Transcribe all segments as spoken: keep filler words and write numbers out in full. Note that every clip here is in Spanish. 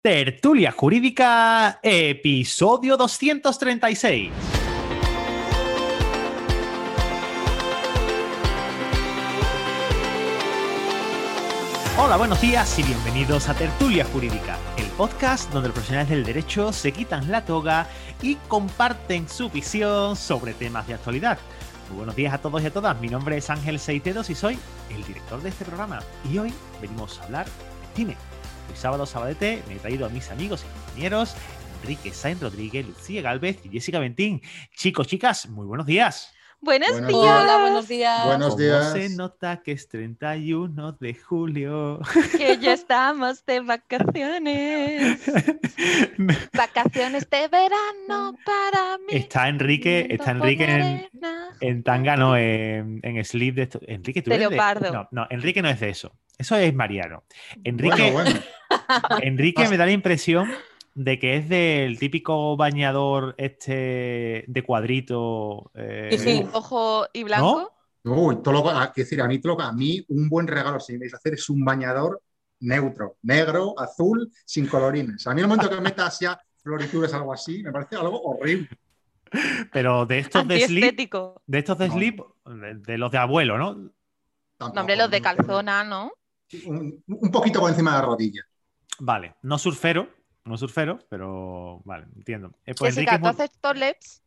Tertulia Jurídica, episodio doscientos treinta y seis. Hola, buenos días y bienvenidos a Tertulia Jurídica, el podcast donde los profesionales del derecho se quitan la toga y comparten su visión sobre temas de actualidad. Muy buenos días a todos y a todas, mi nombre es Ángel Seis Dedos y soy el director de este programa. Y hoy venimos a hablar de cine. Hoy sábado, sabadete, me he traído a mis amigos y compañeros Enrique Sainz Rodríguez, Lucía Gálvez y Jessica Bentín. Chicos, chicas, muy buenos días. Buenos, buenos días. días. Hola, buenos días. Buenos ¿Cómo días. se nota que es treinta y uno de julio? Que ya estamos de vacaciones. Vacaciones de verano para mí. Está Enrique, está Enrique en, en tanga, no, en, en sleep de esto. Enrique, tú de eres leopardo. de... No, no, Enrique no es de eso. Eso es Mariano. Enrique, Bueno, bueno. Enrique me da la impresión de que es del típico bañador este de cuadrito. Eh, Sí, ojo y blanco. ¿no? Uy, todo lo, a, decir, a, mí, todo lo, a mí un buen regalo, si me vais a hacer, es un bañador neutro, negro, azul, sin colorines. A mí el momento que metas ya florituras, algo así, me parece algo horrible. Pero de estos de sleep, Antiestético. de estos de No. sleep, de, de los de abuelo, ¿no? Tampoco, No, hombre, los de no, calzona, ¿no? Un, un poquito por encima de la rodilla. Vale, no surfero, no surfero, pero vale, entiendo. Eh, pues Jessica, Enrique es ¿tú muy- haces topless?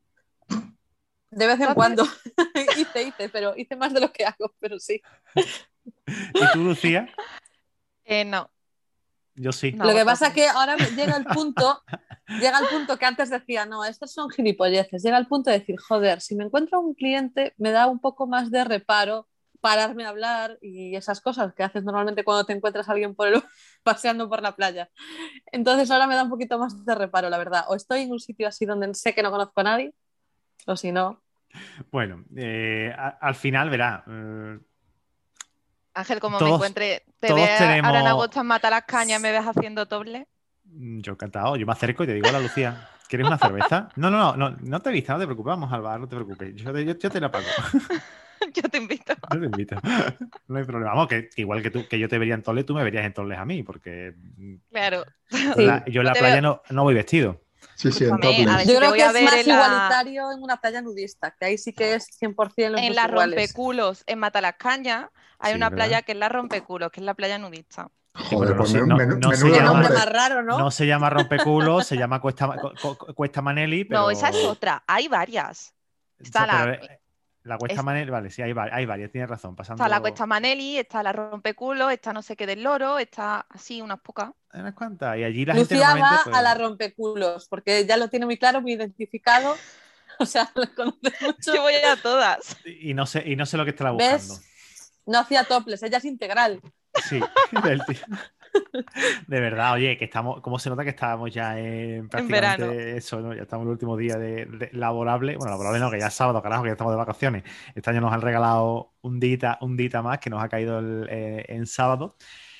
De vez en ¿Entonces? cuando. hice, hice, pero hice más de lo que hago, pero sí. ¿Y tú, Lucía? Eh, no. Yo sí. No. lo que hago pasa es topless. que ahora me- llega el punto, llega el punto que antes decía, no, estos son gilipolleces. Llega el punto de decir, joder, si me encuentro un cliente, me da un poco más de reparo pararme a hablar y esas cosas que haces normalmente cuando te encuentras a alguien por el, paseando por la playa. Entonces ahora me da un poquito más de reparo, la verdad. O estoy en un sitio así donde sé que no conozco a nadie, o si no. Bueno, eh, a- al final verá. eh, Ángel, como me Todos- encuentre, te todos ve ahora en tenemos- agosto en Mata las Cañas, me ves haciendo topless. Yo encantado, yo me acerco y te digo, hola Lucía, ¿quieres una cerveza? No, no, no, no, no te vistas, no te preocupes, vamos al bar, no te preocupes. Yo te, yo, yo te la pago. Yo te invito. Yo te invito. No hay problema. Vamos, que, que igual que tú, que yo te vería en Toles, tú me verías en Toles a mí, porque mm, Claro. yo, Sí. en la, yo en la Te playa veo- no, no voy vestido. Sí, sí, en Escúchame, topless. a ver, Yo si te creo voy que a es ver más en la- igualitario en una playa nudista, que ahí sí que es cien por ciento los En dos la iguales. Rompeculos, en Matalascaña, hay Sí, una ¿verdad? playa que es la Rompeculos, que es la playa nudista. Sí, bueno, Joder, no pues se- menú- no- menú- no se menudo llama- Nombre nombre. más raro, ¿no? No se llama Rompeculos, se llama Cuesta, Ma- Co- Co- Cuesta Maneli, pero... No, esa es otra, hay varias. Está Pero, la, eh, la Cuesta es- Maneli, vale, sí, hay, va- hay varias, tienes razón. Pasando... está la Cuesta Maneli, está la Rompeculos, está no sé qué del Loro, está así unas pocas. Hay unas cuantas. Y allí la gente Lucía normalmente... va pues, a la rompeculos, porque ya lo tiene muy claro, muy identificado. O sea, lo conoce mucho. Yo voy a todas. Y no sé, y no sé lo que estará ¿Ves? buscando. No hacía toples, ella es integral. Sí, del tío. De verdad, oye, que estamos, ¿cómo se nota que estábamos ya en prácticamente verano. eso, ¿no? Ya estamos en el último día de, de laborable. Bueno, laborable no, que ya es sábado, carajo, que ya estamos de vacaciones. Este año nos han regalado un día, un día más que nos ha caído el, eh, en sábado.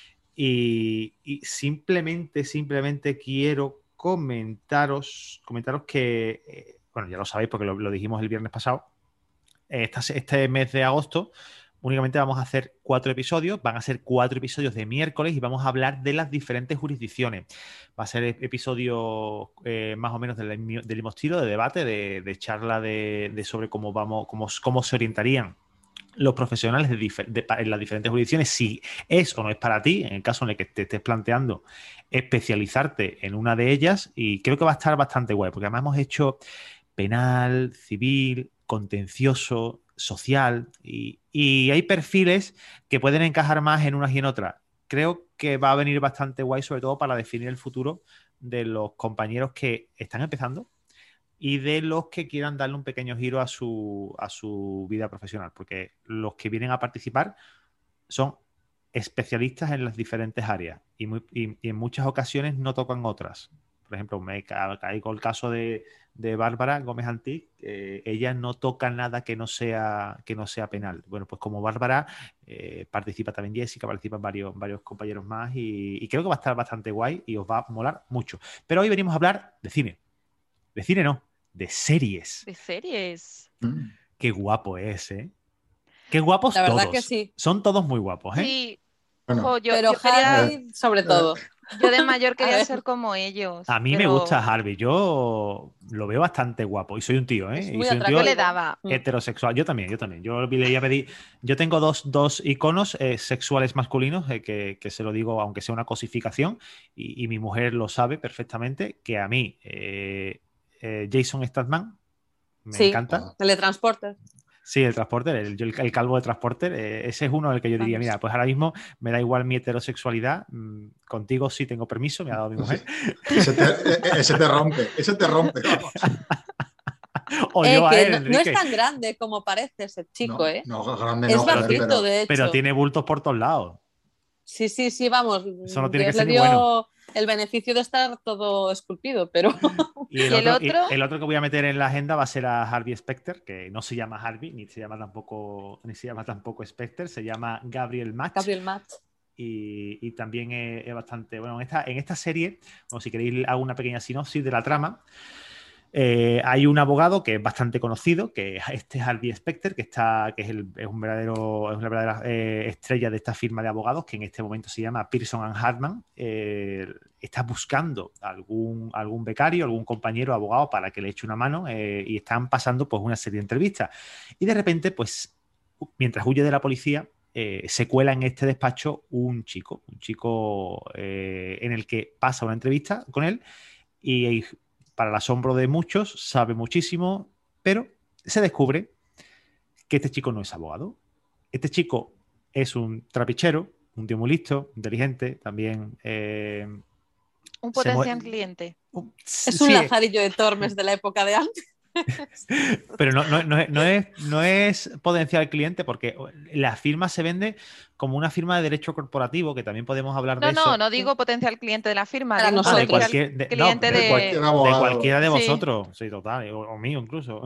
Y, y simplemente, simplemente quiero comentaros, comentaros que, eh, bueno, ya lo sabéis porque lo, lo dijimos el viernes pasado. eh, esta- este mes de agosto únicamente vamos a hacer cuatro episodios, van a ser cuatro episodios de miércoles y vamos a hablar de las diferentes jurisdicciones. Va a ser episodio eh, más o menos del, lim- del mismo estilo, de debate, de, de charla de, de sobre cómo vamos, cómo, cómo se orientarían los profesionales de difer- de- pa- en las diferentes jurisdicciones, si es o no es para ti, en el caso en el que te estés planteando especializarte en una de ellas, y creo que va a estar bastante guay, porque además hemos hecho penal, civil, contencioso, social, y, y hay perfiles que pueden encajar más en unas y en otras. Creo que va a venir bastante guay, sobre todo para definir el futuro de los compañeros que están empezando y de los que quieran darle un pequeño giro a su, a su vida profesional, porque los que vienen a participar son especialistas en las diferentes áreas y, muy, y, y en muchas ocasiones no tocan otras. Por ejemplo, me ca- caigo el caso de, de Bárbara Gómez Antí, eh, ella no toca nada que no sea, que no sea penal. Bueno, pues como Bárbara eh, participa también Jessica, participan varios, varios compañeros más y, y creo que va a estar bastante guay y os va a molar mucho. Pero hoy venimos a hablar de cine. De cine no, de series. De series. Mm. Qué guapo es, ¿eh? Qué guapos La verdad todos. que sí. Son todos muy guapos, ¿eh? Sí. Bueno, Jo, yo, Pero yo quería- Harry, sobre todo. Yo de mayor A quería ver. ser como ellos. A mí me pero gusta Harvey. Yo lo veo bastante guapo. Y soy un tío, ¿eh? Es Y muy soy un Yo tío atractivo. le daba. Mm. heterosexual. Yo también, yo también. Yo le iba a pedir. Yo tengo dos, dos iconos eh, sexuales masculinos eh, que, que se lo digo, aunque sea una cosificación, y, y mi mujer lo sabe perfectamente, que a mí, eh, eh, Jason Statham, me Sí, encanta. teletransporte. Sí, el transporter, el, yo el, el calvo de transporter, eh, ese es uno del que yo diría, Vamos. mira, pues ahora mismo me da igual mi heterosexualidad, mm, contigo sí tengo permiso, me ha dado mi mujer. Ese te, e- ese te rompe, ese te rompe, vamos. O Eh, yo a que él, no, no es Enrique. tan grande como parece ese chico, No, ¿eh? no, grande Es no, joder, tiene- bajito, pero de hecho. Pero tiene bultos por todos lados. Sí, sí, sí, vamos. Eso no tiene que Dios le ser ni dio bueno. el beneficio de estar todo esculpido, pero Y el, ¿Y el otro, y otro? el otro que voy a meter en la agenda va a ser a Harvey Specter, que no se llama Harvey, ni se llama tampoco, ni se llama tampoco Specter, se llama Gabriel Macht. Gabriel Macht. Y, y también es, es bastante. Bueno, en esta, en esta serie, bueno, si queréis, hago una pequeña sinopsis de la trama. Eh, hay un abogado que es bastante conocido, que es este Harvey Specter, que, está, que es, el, es, un verdadero, es una verdadera eh, estrella de esta firma de abogados, que en este momento se llama Pearson and Hartman. Eh, está buscando algún, algún becario, algún compañero abogado para que le eche una mano eh, y están pasando pues, una serie de entrevistas. Y de repente, pues, mientras huye de la policía, eh, se cuela en este despacho un chico, un chico eh, en el que pasa una entrevista con él y para el asombro de muchos, sabe muchísimo, pero se descubre que este chico no es abogado. Este chico es un trapichero, un tío muy listo, inteligente, también... Eh, Un se potencial mue- cliente. Uh, Es un sí, lazarillo de Tormes de la época de antes. pero no, no- no es, no es- no es potencial cliente porque la firma se vende como una firma de derecho corporativo, que también podemos hablar de No, no, eso. no digo potencial cliente de la firma, Para digo Ah, de nosotros. potencial cualquier. de- no, cliente de, de cualquier de... de abogado. cualquiera de Sí. vosotros. Sí, total. O, o mío incluso.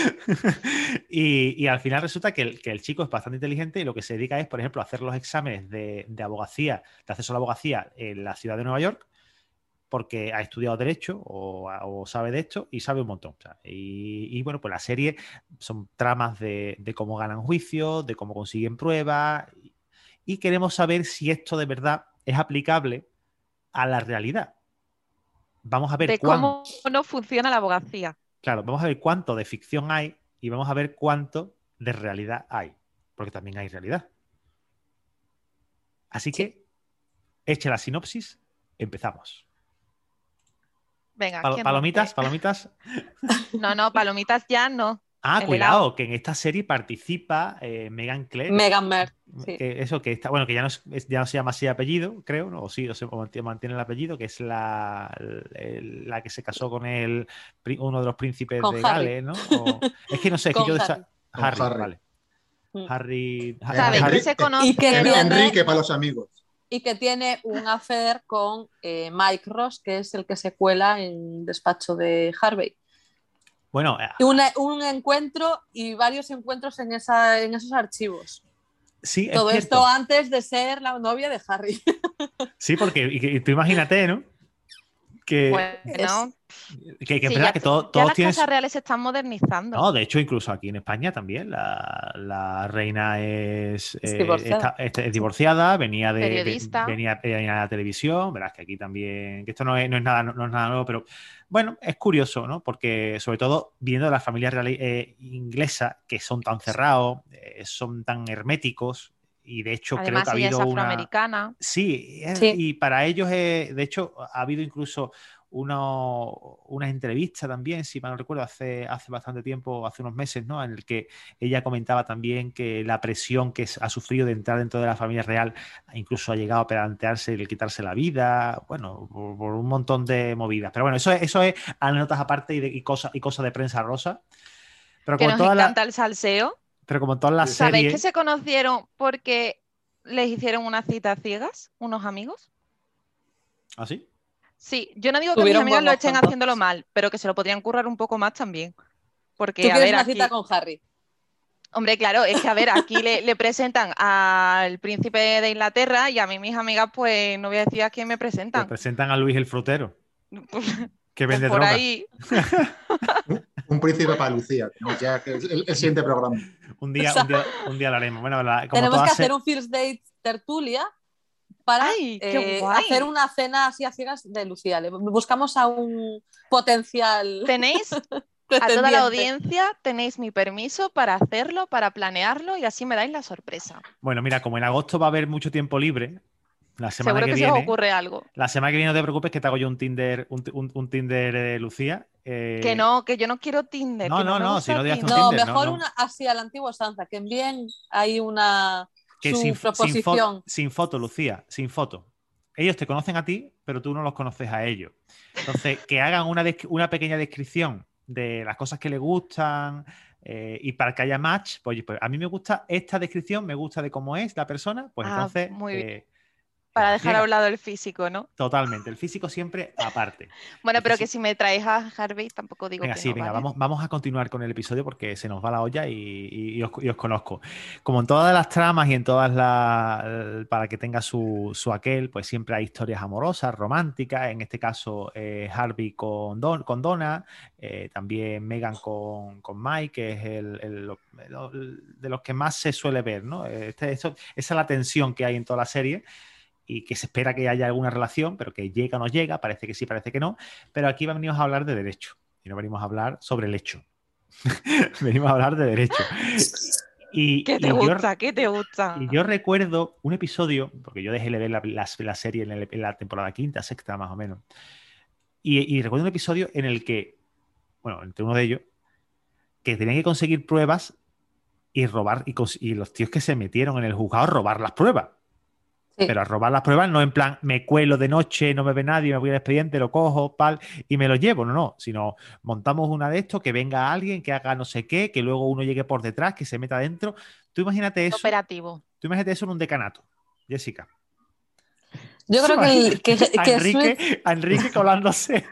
y, y al final resulta que el, que el chico es bastante inteligente y lo que se dedica es, por ejemplo, a hacer los exámenes de, de abogacía, de acceso a la abogacía en la ciudad de Nueva York, porque ha estudiado Derecho o, o sabe de esto y sabe un montón. O sea, y, y, bueno, pues la serie son tramas de, de cómo ganan juicios, de cómo consiguen pruebas y, y queremos saber si esto de verdad es aplicable a la realidad. Vamos a ver de cuán, cómo no funciona la abogacía. claro, vamos a ver cuánto de ficción hay y vamos a ver cuánto de realidad hay, porque también hay realidad. Así Sí. que, hecha la sinopsis, empezamos. Venga, Pal- ¿quién palomitas, rompe? palomitas. No, no, palomitas ya no. Ah, El cuidado, helado. que en esta serie participa eh, Megan Clegg. Megan Mert. Sí. Que eso que está, bueno, que ya no, es- es- ya no se llama así apellido, creo, ¿no? O sí, o se o mantiene, mantiene el apellido, que es la, el- la que se casó con el, pri- uno de los príncipes Con de Harry. Gales, ¿no? O- es que no sé, es que Con yo de Harry. esa- Con Harry, Harry. vale. Mm. Harry. Ha- ¿Sabéis Harry- que se Y que conocieron? tiene- Enrique para los amigos. Y que tiene un affair con eh, Mike Ross, que es el que se cuela en despacho de Harvey. Bueno, Y una- un encuentro y varios encuentros en, esa, en esos archivos. sí, es Todo cierto. esto antes de ser la novia de Harry. Sí, porque y, que- y tú imagínate, ¿no? Que, Bueno, que, que es sí, verdad ya, que todo- ya todos las tienen. casas reales se están modernizando. No, de hecho, incluso aquí en España también la, la reina es, Es eh, divorciada. está- este- es divorciada, venía de, Periodista. ve- venía, venía de la televisión, verás que aquí también, que esto no es, no es nada, no, no es nada nuevo, pero bueno, es curioso, ¿no? Porque sobre todo viendo las familias reales eh, inglesas que son tan cerrados, eh, son tan herméticos y de hecho creo Además, que ha ella es habido una... afroamericana. Sí, es- Sí. y para ellos, eh, de hecho, ha habido incluso uno, una entrevista también, si mal no recuerdo, hace, hace bastante tiempo, hace unos meses, ¿no? En el que ella comentaba también que la presión que ha sufrido de entrar dentro de la familia real incluso ha llegado a plantearse el quitarse la vida, bueno, por, por un montón de movidas. Pero bueno, eso es, eso es anécdotas aparte y, de, y cosas y cosas de prensa rosa. Pero Que como nos todas las, encanta el salseo. pero como todas las ¿Sabéis series... que se conocieron porque les hicieron una cita a ciegas, unos amigos? ¿Ah, sí? Sí, yo no digo que mis Tuvieron amigas buen lo ojo, estén entonces. haciéndolo mal, pero que se lo podrían currar un poco más también. Porque, Tú a quieres ver, una aquí... cita con Harry. Hombre, claro, es que a ver, aquí le, le presentan al príncipe de Inglaterra y a mí mis amigas, pues no voy a decir a quién me Te presentan. presentan a Luis el frutero, que vende Por droga. ahí. Un, un príncipe para Lucía. Tenemos ya que el, el siguiente Un programa. día, O sea, un día, un día lo haremos. Bueno, la- como Tenemos todas que se- hacer un first date tertulia para ¡Ay, qué eh, guay! hacer una cena así a ciegas de Lucía. Le buscamos a un potencial Tenéis a toda la pretendiente. audiencia, tenéis mi permiso para hacerlo, para planearlo y así me dais la sorpresa. Bueno, mira, como en agosto va a haber mucho tiempo libre, la semana Seguro que que se os viene, ocurre algo. la semana que viene no te preocupes que te hago yo un Tinder, un, un- un Tinder de Lucía. eh, Que no, que yo no quiero Tinder, No, que no, no, me no, gusta si no digas un Tinder. No, Tinder, no, mejor no. una así a la antigua usanza, que envíen ahí una que su sin, sin, fo- proposición. sin foto, Lucía, sin foto. Ellos te conocen a ti, pero tú no los conoces a ellos. Entonces, que hagan una, desc- una pequeña descripción de las cosas que les gustan eh, y para que haya match, pues, pues a mí me gusta esta descripción, me gusta de cómo es la persona, pues Ah, entonces muy bien. eh, Para a dejar a un ciegas. lado el físico, ¿no? Totalmente. El físico siempre aparte. Bueno, El pero que físico- si me traes a Harvey tampoco digo Venga, que sí, no, venga, ¿vale? vamos, vamos a continuar con el episodio porque se nos va la olla y, y- y os, y os conozco. Como en todas las tramas y en todas las. Para que tenga su, su aquel, pues siempre hay historias amorosas, románticas. En este caso, eh, Harvey con, Don, con Donna, eh, también Megan con, con Mike, que es el, el- el- el- de los que más se suele ver, ¿no? Este, eso- esa es la tensión que hay en toda la serie y que se espera que haya alguna relación, pero que llega o no llega, parece que sí, parece que no. Pero aquí venimos a hablar de derecho y no venimos a hablar sobre el hecho. Venimos a hablar de derecho. Y, ¿Qué te y yo, gusta? ¿Qué te gusta? y yo recuerdo un episodio, porque yo dejé de ver la, la- la serie en, el- en la temporada quinta, sexta más o menos. Y, y recuerdo un episodio en el que, bueno, entre uno de ellos, que tenían que conseguir pruebas y robar, y, cons- y los tíos que se metieron en el juzgado a robar las pruebas. Sí. Pero a robar las pruebas no en plan, me cuelo de noche, no me ve nadie, me voy al expediente, lo cojo, pal, y me lo llevo, no, no, sino montamos una de estos, que venga alguien, que haga no sé qué, que luego uno llegue por detrás, que se meta adentro. Tú imagínate eso, Operativo. tú imagínate eso en un decanato, Jessica. Yo creo que, el- que, A que Enrique, Suez- a Enrique colándose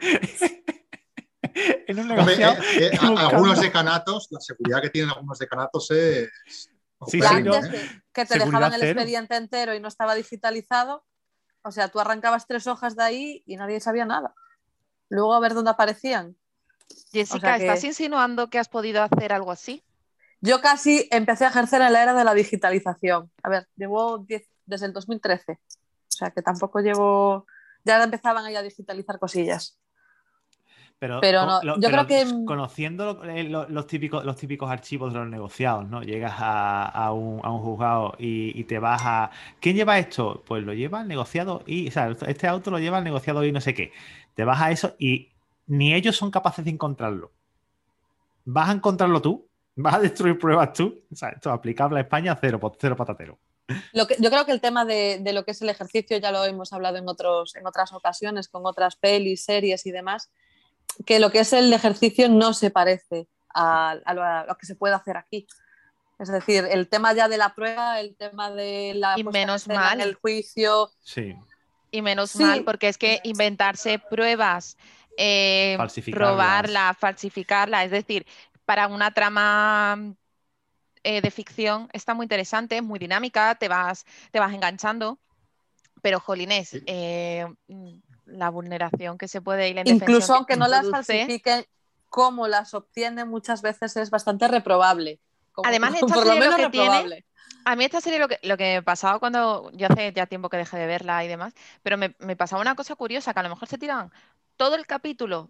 en un Hombre, negociado eh, eh, y a- buscando- algunos decanatos, la seguridad que tienen algunos decanatos es. Sí, que sí, opérrimo, no. antes ¿eh? de que te Seguridad dejaban el cero. expediente entero y no estaba digitalizado, o sea, tú arrancabas tres hojas de ahí y nadie sabía nada. Luego a ver dónde aparecían. Jessica, O sea que- ¿estás insinuando que has podido hacer algo así? Yo casi empecé a ejercer en la era de la digitalización. A ver, llevo diez desde el dos mil trece. O sea que tampoco llevo. Ya empezaban ahí a digitalizar cosillas. Pero, Pero co- no, lo- yo pero creo que- conociendo lo- eh, lo- los típicos, los típicos archivos de los negociados, ¿no? Llegas a, a un, a un juzgado y, y te vas a... ¿Quién lleva esto? Pues lo lleva el negociado y... O sea, este auto lo lleva el negociado y no sé qué. Te vas a eso y ni ellos son capaces de encontrarlo. ¿Vas a encontrarlo tú? ¿Vas a destruir pruebas tú? O sea, esto es aplicable a España, cero, pot- cero patatero. Lo que, yo creo que el tema de, de lo que es el ejercicio ya lo hemos hablado en, otros, en otras ocasiones, con otras pelis, series y demás, que lo que es el ejercicio no se parece a, a, lo, a lo que se puede hacer aquí. Es decir, el tema ya de la prueba, el tema de la Y puesta en menos escena mal. en el juicio. Sí. Y menos Sí. mal, porque es que inventarse pruebas, eh, Falsificarlas. robarlas, falsificarlas, es decir, para una trama eh, de ficción está muy interesante, es muy dinámica, te vas, te vas enganchando, pero jolines, Sí. eh, mm, la vulneración que se puede y la Incluso indefensión que aunque no las produce. falsifiquen, cómo las obtienen muchas veces es bastante reprobable. Como- Además, esta por lo serie lo menos que tiene- reprobable. A mí esta serie lo que, lo que me pasaba cuando, yo hace ya tiempo que dejé de verla y demás, pero me, me pasaba una cosa curiosa, que a lo mejor se tiraban todo el capítulo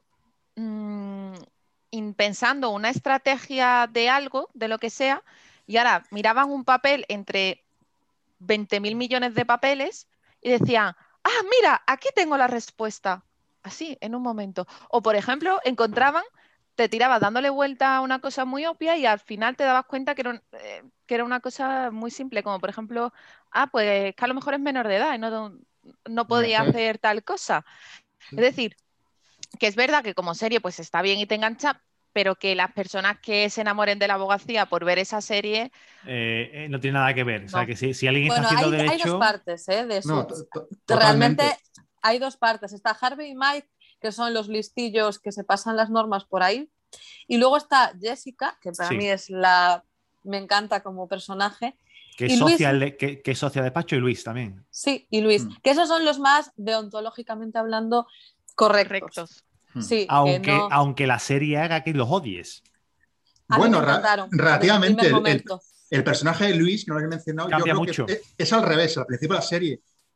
mm, in- pensando una estrategia de algo, de lo que sea, y ahora miraban un papel entre veinte mil millones de papeles y decían, ah, mira, aquí tengo la respuesta, así, en un momento. O, por ejemplo, encontraban, te tirabas dándole vuelta a una cosa muy obvia y al final te dabas cuenta que era, un- eh, que era una cosa muy simple, como por ejemplo, ah, pues que a lo mejor es menor de edad y no, no podía Ajá. hacer tal cosa. Es decir, que es verdad que como serie pues está bien y te engancha, pero que las personas que se enamoren de la abogacía por ver esa serie, Eh, eh, no tiene nada que ver. O sea, No. que si, si alguien Bueno, está haciendo hay, hay derecho... dos partes ¿eh? de No, Suits. to- to- Realmente totalmente. hay dos partes. Está Harvey y Mike, que son los listillos que se pasan las normas por ahí. Y luego está Jessica, que para Sí. mí es la... me encanta como personaje. Que Y es, Luis- socia, de- que, que es socia de despacho y Luis también. Sí, y Luis. Mm. Que esos son los más deontológicamente hablando correctos. rectos. Hmm. Sí, que Aunque, no- aunque la serie haga que los odies. a mí Bueno, me ra- encantaron desde el relativamente, primer el- el- momento. El personaje de Luis, que no lo he mencionado, Cambia yo creo mucho. que es, es al revés. Al principio de la serie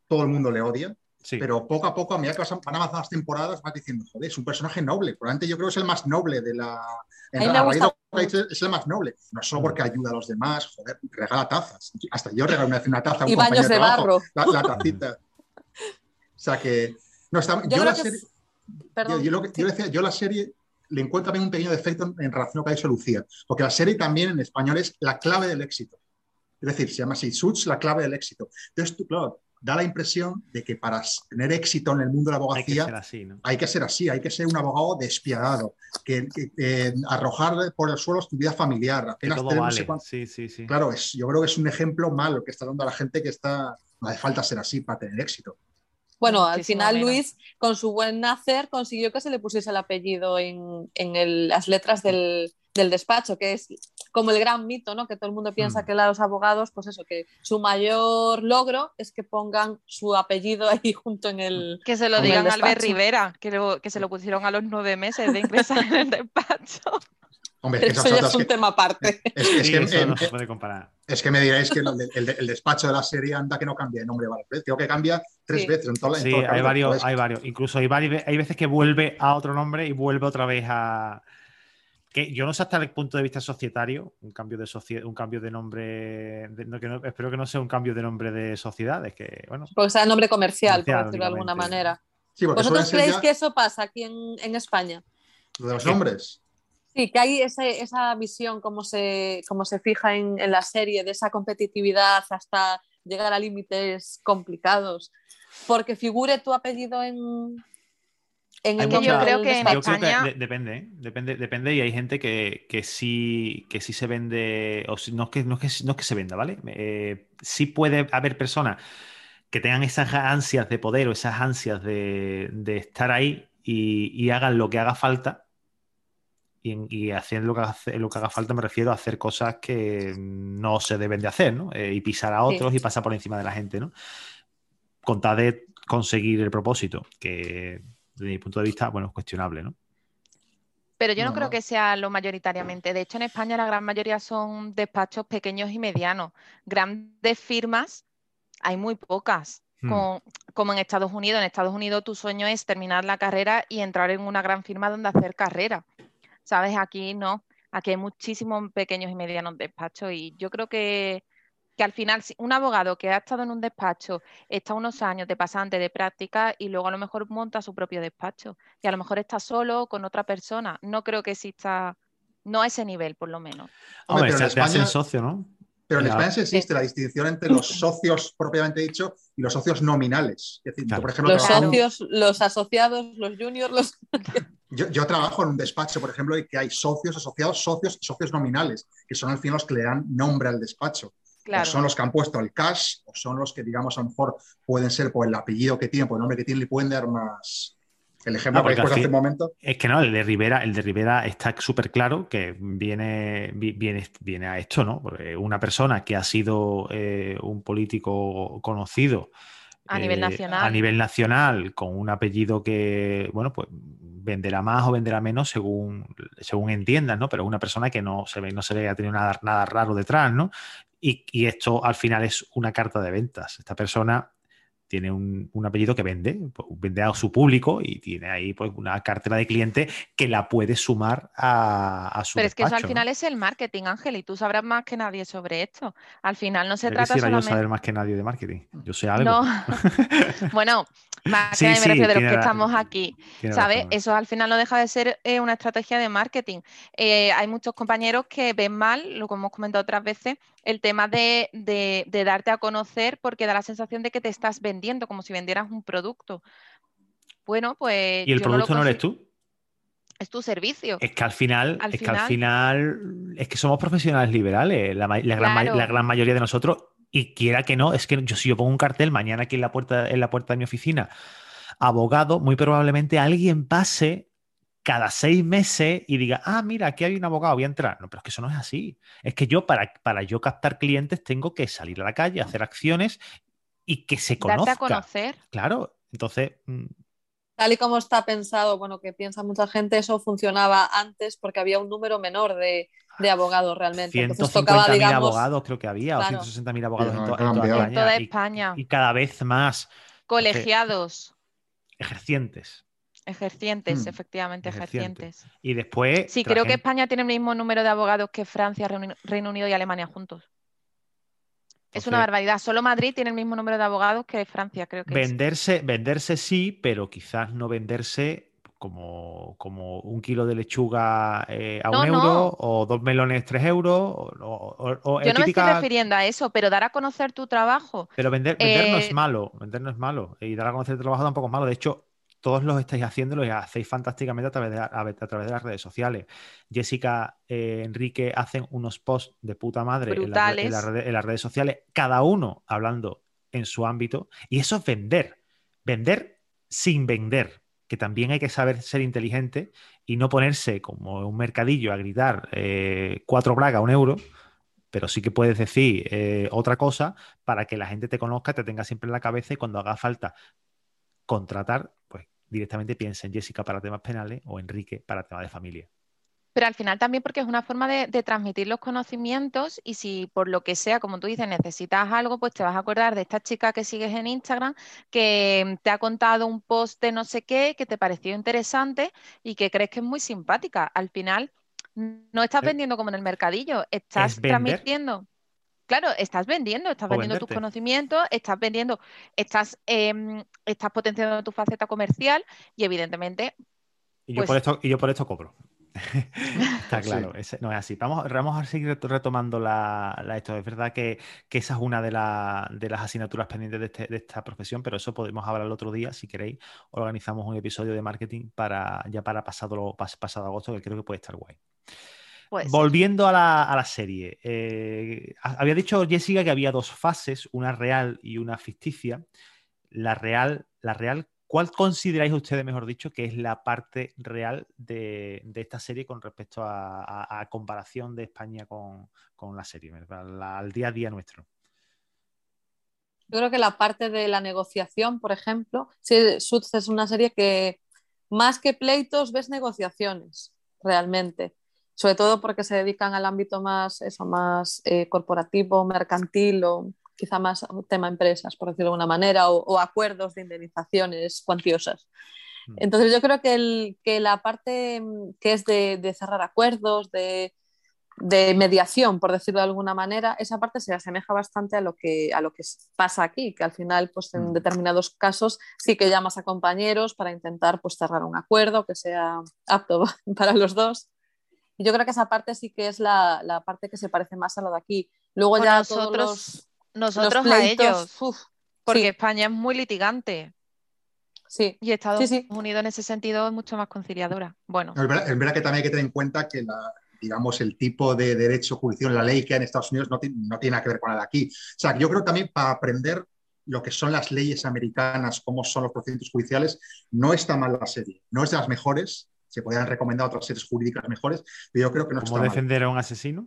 todo el mundo le odia, Sí. pero poco a poco, a medida que vas- van avanzando las temporadas, vas diciendo, joder, es un personaje noble. Probablemente yo creo que es el más noble de la... En, A mí a me raíz de gusta lo que ha dicho, es el más noble. No solo porque ayuda a los demás, joder, regala tazas. Hasta yo regalé una vez una taza a un Y baños compañero de de trabajo, barro. la, la tacita. O sea que... No, está, Yo yo creo la que serie... es... Yo, Perdón. yo lo que, sí. yo decía, yo la serie le encuentro también un pequeño defecto en, en relación a lo que ha dicho Lucía, porque la serie también en español es la clave del éxito. Es decir, se llama así, Suits, la clave del éxito. Entonces, tú, claro, da la impresión de que para tener éxito en el mundo de la Hay que abogacía ser así, ¿no? hay que ser así, hay que ser un abogado despiadado, que, que, que arrojar por el suelo tu vida familiar, Que apenas todo tener no sé vale. cuánto. Sí, sí, sí. Claro, es, yo creo que es un ejemplo malo que está dando a la gente que está, no hace falta ser así para tener éxito. Bueno, al Muchísimo final menos. Luis, con su buen nacer, consiguió que se le pusiese el apellido en, en el- las letras del, del despacho, que es como el gran mito, ¿no? Que todo el mundo piensa Mm. que los abogados, pues eso, que su mayor logro es que pongan su apellido ahí junto en el, Que se lo en el digan a Albert despacho. Rivera, que, lo- que se lo pusieron a los nueve meses de ingresar en el despacho. Hombre, es que Eso esas ya otras es un que, tema aparte. es, es Sí, que eso em, no se eh, puede comparar. es que me diréis que el, el- el despacho de la serie anda que no cambia de nombre varias veces. Tengo que cambiar tres Sí. veces en, toda la- en Sí, todo el hay capítulo. varios, Pues, hay varios. Incluso hay, vari- hay veces que vuelve a otro nombre y vuelve otra vez a. Que yo no sé hasta el punto de vista societario, un cambio de socie- un cambio de nombre. de- no, que no- espero que no sea un cambio de nombre de sociedades, que bueno, Porque sea nombre comercial, por comercial decirlo de alguna únicamente. manera. sí, porque suelen ¿Vosotros ser creéis ya que eso pasa aquí en, en España? lo de los ¿Qué? nombres. Sí, que hay ese- esa visión como se, como se fija en, en la serie, de esa competitividad hasta llegar a límites complicados. Porque figure tu apellido en, en Hay el que yo nombre mucha- creo del que en yo despacho. creo que España- de- depende, ¿eh? depende, depende y hay gente que, que sí que sí se vende, o si- no es que no es que, no es que se venda, ¿vale? Eh, sí puede haber personas que tengan esas ansias de poder o esas ansias de, de estar ahí y, y hagan lo que haga falta. Y, en- y haciendo lo que, hace- lo que haga falta me refiero a hacer cosas que no se deben de hacer, ¿no? Eh, y pisar a otros Sí. y pasar por encima de la gente, ¿no? Con tal de conseguir el propósito, que desde mi punto de vista, bueno, es cuestionable, ¿no? Pero yo no No, creo no. que sea lo mayoritariamente. De hecho, en España la gran mayoría son despachos pequeños y medianos. Grandes firmas hay muy pocas. Hmm. Como, como en Estados Unidos. En Estados Unidos tu sueño es terminar la carrera y entrar en una gran firma donde hacer carrera. ¿Sabes? Aquí no. Aquí hay muchísimos pequeños y medianos despachos y yo creo que, que al final si un abogado que ha estado en un despacho, está unos años de pasante, de práctica y luego a lo mejor monta su propio despacho y a lo mejor está solo con otra persona. No creo que exista, no a ese nivel por lo menos. Hombre, Hombre, pero en se te hacen España, socio, ¿no? pero en Eh, España sí existe la distinción entre los socios propiamente dicho y los socios nominales. Es decir, Claro. yo, por ejemplo, Los trabajo en un- socios, los asociados, los juniors, los... yo, yo trabajo en un despacho, por ejemplo, y que hay socios asociados, socios y socios nominales, que son al fin los que le dan nombre al despacho. Claro. O son los que han puesto el cash, o son los que, digamos, a lo mejor pueden ser por el apellido que tienen, por el nombre que tienen, le pueden dar más. El ejemplo Ah, que habéis porque puesto al hace fin- un momento. Es que no, el de Rivera, el de Rivera está súper claro que viene, vi- viene, viene a esto, ¿no? Porque una persona que ha sido eh, un político conocido A nivel eh, nacional. a nivel nacional, con un apellido que, bueno, pues venderá más o venderá menos según, según entiendas, ¿no? Pero es una persona que no se ve, no se ve que ha tenido nada, nada raro detrás, ¿no? Y, y esto al final es una carta de ventas. Esta persona tiene un, un apellido que vende, pues, vende a su público y tiene ahí pues, una cartera de clientes que la puede sumar a, a su Pero es que eso despacho, al final ¿no? es el marketing, Ángel, y tú sabrás más que nadie sobre esto. Al final no se Ya trata quisiera yo solamente... saber más que nadie de marketing. Yo sé algo. No, bueno, más que Sí, nadie me sí, refiero de los tiene que ra- estamos aquí, tiene ¿sabes? razón. Eso al final no deja de ser eh, una estrategia de marketing. Eh, hay muchos compañeros que ven mal, lo que hemos comentado otras veces, el tema de, de- de darte a conocer porque da la sensación de que te estás vendiendo, como si vendieras un producto. Bueno, pues ¿Y el yo no lo producto no eres considero... tú? Es tu servicio. Es que al final, Al es que al final, final, es que somos profesionales liberales, la, ma- la gran, ma- la claro, gran mayoría de nosotros, y quiera que no, es que yo si yo pongo un cartel mañana aquí en la puerta, en la puerta de mi oficina, abogado, muy probablemente alguien pase cada seis meses y diga, ah, mira, aquí hay un abogado, voy a entrar. No, pero es que eso no es así. Es que yo, para, para yo captar clientes, tengo que salir a la calle, hacer acciones y que se darte a conozca. conocer. Claro, entonces, mm, Tal y como está pensado, bueno, que piensa mucha gente, eso funcionaba antes porque había un número menor de, de abogados realmente. Entonces tocaba, ciento cincuenta mil digamos, abogados creo que había, o claro, ciento sesenta mil Sí, abogados en, no, to- han en toda cambiado. En toda España y, España. y cada vez más. Entonces, Colegiados, ejercientes, ejercientes, Hmm. efectivamente, ejercientes. ejercientes. Y después, Sí, que la creo que gente... España tiene el mismo número de abogados que Francia, Reuni- Reino Unido y Alemania juntos. Es una Entonces, barbaridad. Solo Madrid tiene el mismo número de abogados que Francia, creo que es. venderse, venderse sí, pero quizás no venderse como, como un kilo de lechuga eh, a un No, euro no. o dos melones tres euros o, o- o- o, Yo eh, no me estoy típica... refiriendo a eso, pero dar a conocer tu trabajo. Pero vender, vender no es eh, malo, vender no es malo. Y dar a conocer el trabajo tampoco es malo. De hecho, todos los estáis haciendo, lo hacéis fantásticamente a través de, a, a través de las redes sociales. Jessica, eh, Enrique hacen unos posts de puta madre en, las re- en las brutales. redes, en las redes sociales, cada uno hablando en su ámbito. Y eso es vender. Vender sin vender. Que también hay que saber ser inteligente y no ponerse como un mercadillo a gritar eh, cuatro bragas, un euro, pero sí que puedes decir eh, otra cosa para que la gente te conozca, te tenga siempre en la cabeza y cuando haga falta contratar, pues directamente piensa en Jessica para temas penales o Enrique para temas de familia. Pero al final también porque es una forma de, de transmitir los conocimientos y si por lo que sea, como tú dices, necesitas algo, pues te vas a acordar de esta chica que sigues en Instagram que te ha contado un post de no sé qué que te pareció interesante y que crees que es muy simpática. Al final no estás Eh, vendiendo como en el mercadillo, Es estás vender transmitiendo. Claro, estás vendiendo, estás o vendiendo tus venderte. conocimientos, estás vendiendo, estás, em, estás potenciando tu faceta comercial y evidentemente, Y yo por pues esto, y yo por esto cobro. Está Pues claro, sí. ese- no es así. Vamos, vamos a seguir reto- retomando la, la- esto. Es verdad que, que esa es una de, la- de las asignaturas pendientes de, este- de esta profesión, pero eso podemos hablar el otro día, si queréis. Organizamos un episodio de marketing para ya para pasado, pas- pasado agosto, que creo que puede estar guay. puede ser. Volviendo a la, a la serie, eh, ha- había dicho Jessica que había dos fases, una real y una ficticia. La real, la real, ¿cuál consideráis ustedes, mejor dicho, que es la parte real de, de esta serie con respecto a, a- a comparación de España con, con la serie, la- al día a día nuestro? Yo creo que la parte de la negociación, por ejemplo, sí, Suits es una serie que más que pleitos ves negociaciones, realmente. Sobre todo porque se dedican al ámbito más, eso, más eh, corporativo, mercantil o quizá más tema empresas, por decirlo de alguna manera, o, o acuerdos de indemnizaciones cuantiosas. Mm. Entonces yo creo que, el, que la parte mm, que es de, de cerrar acuerdos, de, de mediación, por decirlo de alguna manera, esa parte se asemeja bastante a lo que, a lo que pasa aquí, que al final, pues en Hmm. determinados casos sí que llamas a compañeros para intentar pues, cerrar un acuerdo que sea apto para los dos. Y yo creo que esa parte sí que es la, la parte que se parece más a lo de aquí. Luego O ya todos nosotros, los, los nosotros a pleitos, ellos, uf, porque sí, España es muy litigante sí, y sí, Estados sí. Unidos en ese sentido es mucho más conciliadora. Bueno, Es verdad, es verdad que también hay que tener en cuenta que la, digamos, el tipo de derecho judicial, la ley que hay en Estados Unidos no, tiene- no tiene nada que ver con la de aquí. O sea, yo creo que también para aprender lo que son las leyes americanas, cómo son los procedimientos judiciales, no está mal la serie. No es de las mejores, se podrían recomendar otras series jurídicas mejores, pero yo creo que no ¿Cómo está mal. defender a un asesino?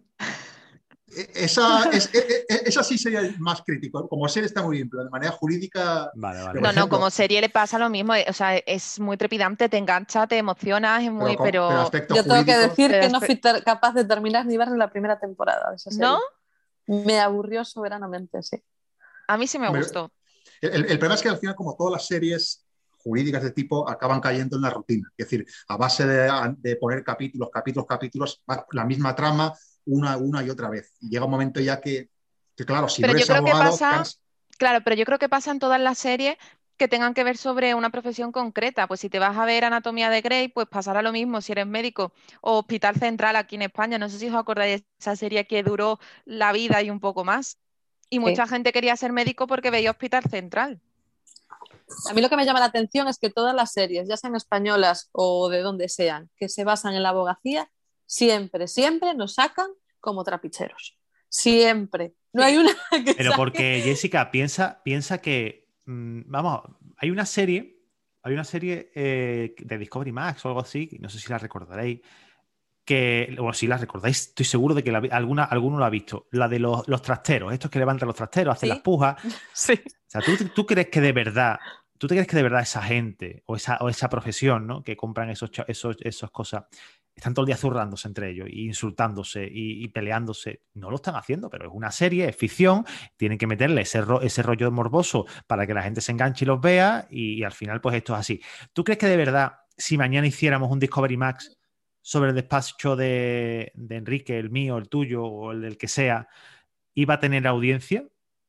Esa, es, e- e- esa sí sería el más crítico. Como serie está muy bien, pero de manera jurídica, Vale, vale. pero, por no, no, como ejemplo, serie le pasa lo mismo, eh, o sea, es muy trepidante, te engancha, te emocionas, es pero, muy, con- pero pero, aspectos Yo tengo que jurídicos, decir pero que no espe- fui ter- capaz de terminar ni ver la primera temporada de esa ¿no? serie. Me aburrió soberanamente, sí. A mí sí me hombre, gustó. El, el problema es que al final, como todas las series jurídicas de tipo, acaban cayendo en la rutina. Es decir, a base de, de poner capítulos, capítulos, capítulos, la misma trama una, una y otra vez. Y llega un momento ya que, que claro, si no Pero yo eres creo que abogado, pasa, cansa. claro, pero yo creo que pasa en todas las series que tengan que ver sobre una profesión concreta. Pues si te vas a ver Anatomía de Grey, pues pasará lo mismo si eres médico. O Hospital Central aquí en España. No sé si os acordáis de esa serie que duró la vida y un poco más. Y Sí. mucha gente quería ser médico porque veía Hospital Central. A mí lo que me llama la atención es que todas las series, ya sean españolas o de donde sean, que se basan en la abogacía, siempre, siempre nos sacan como trapicheros. Siempre. No Sí. hay una que Pero saque... porque, Jessica, piensa, piensa que, mm, vamos, hay una serie, hay una serie eh, de Discovery Max o algo así, no sé si la recordaréis, que, o si la recordáis, estoy seguro de que la, alguna, alguno la ha visto, la de los, los trasteros, estos que levantan los trasteros, hacen Sí. las pujas. Sí. O sea, ¿tú, tú crees que de verdad, ¿tú te crees que de verdad esa gente o esa, o esa profesión, ¿no? Que compran esos, esos, esas cosas, están todo el día zurrándose entre ellos, e insultándose y, y peleándose? No lo están haciendo, pero es una serie, es ficción, tienen que meterle ese, ro ese rollo morboso para que la gente se enganche y los vea y, y al final pues esto es así. ¿Tú crees que de verdad, si mañana hiciéramos un Discovery Max sobre el despacho de, de Enrique, el mío, el tuyo o el del que sea, iba a tener audiencia?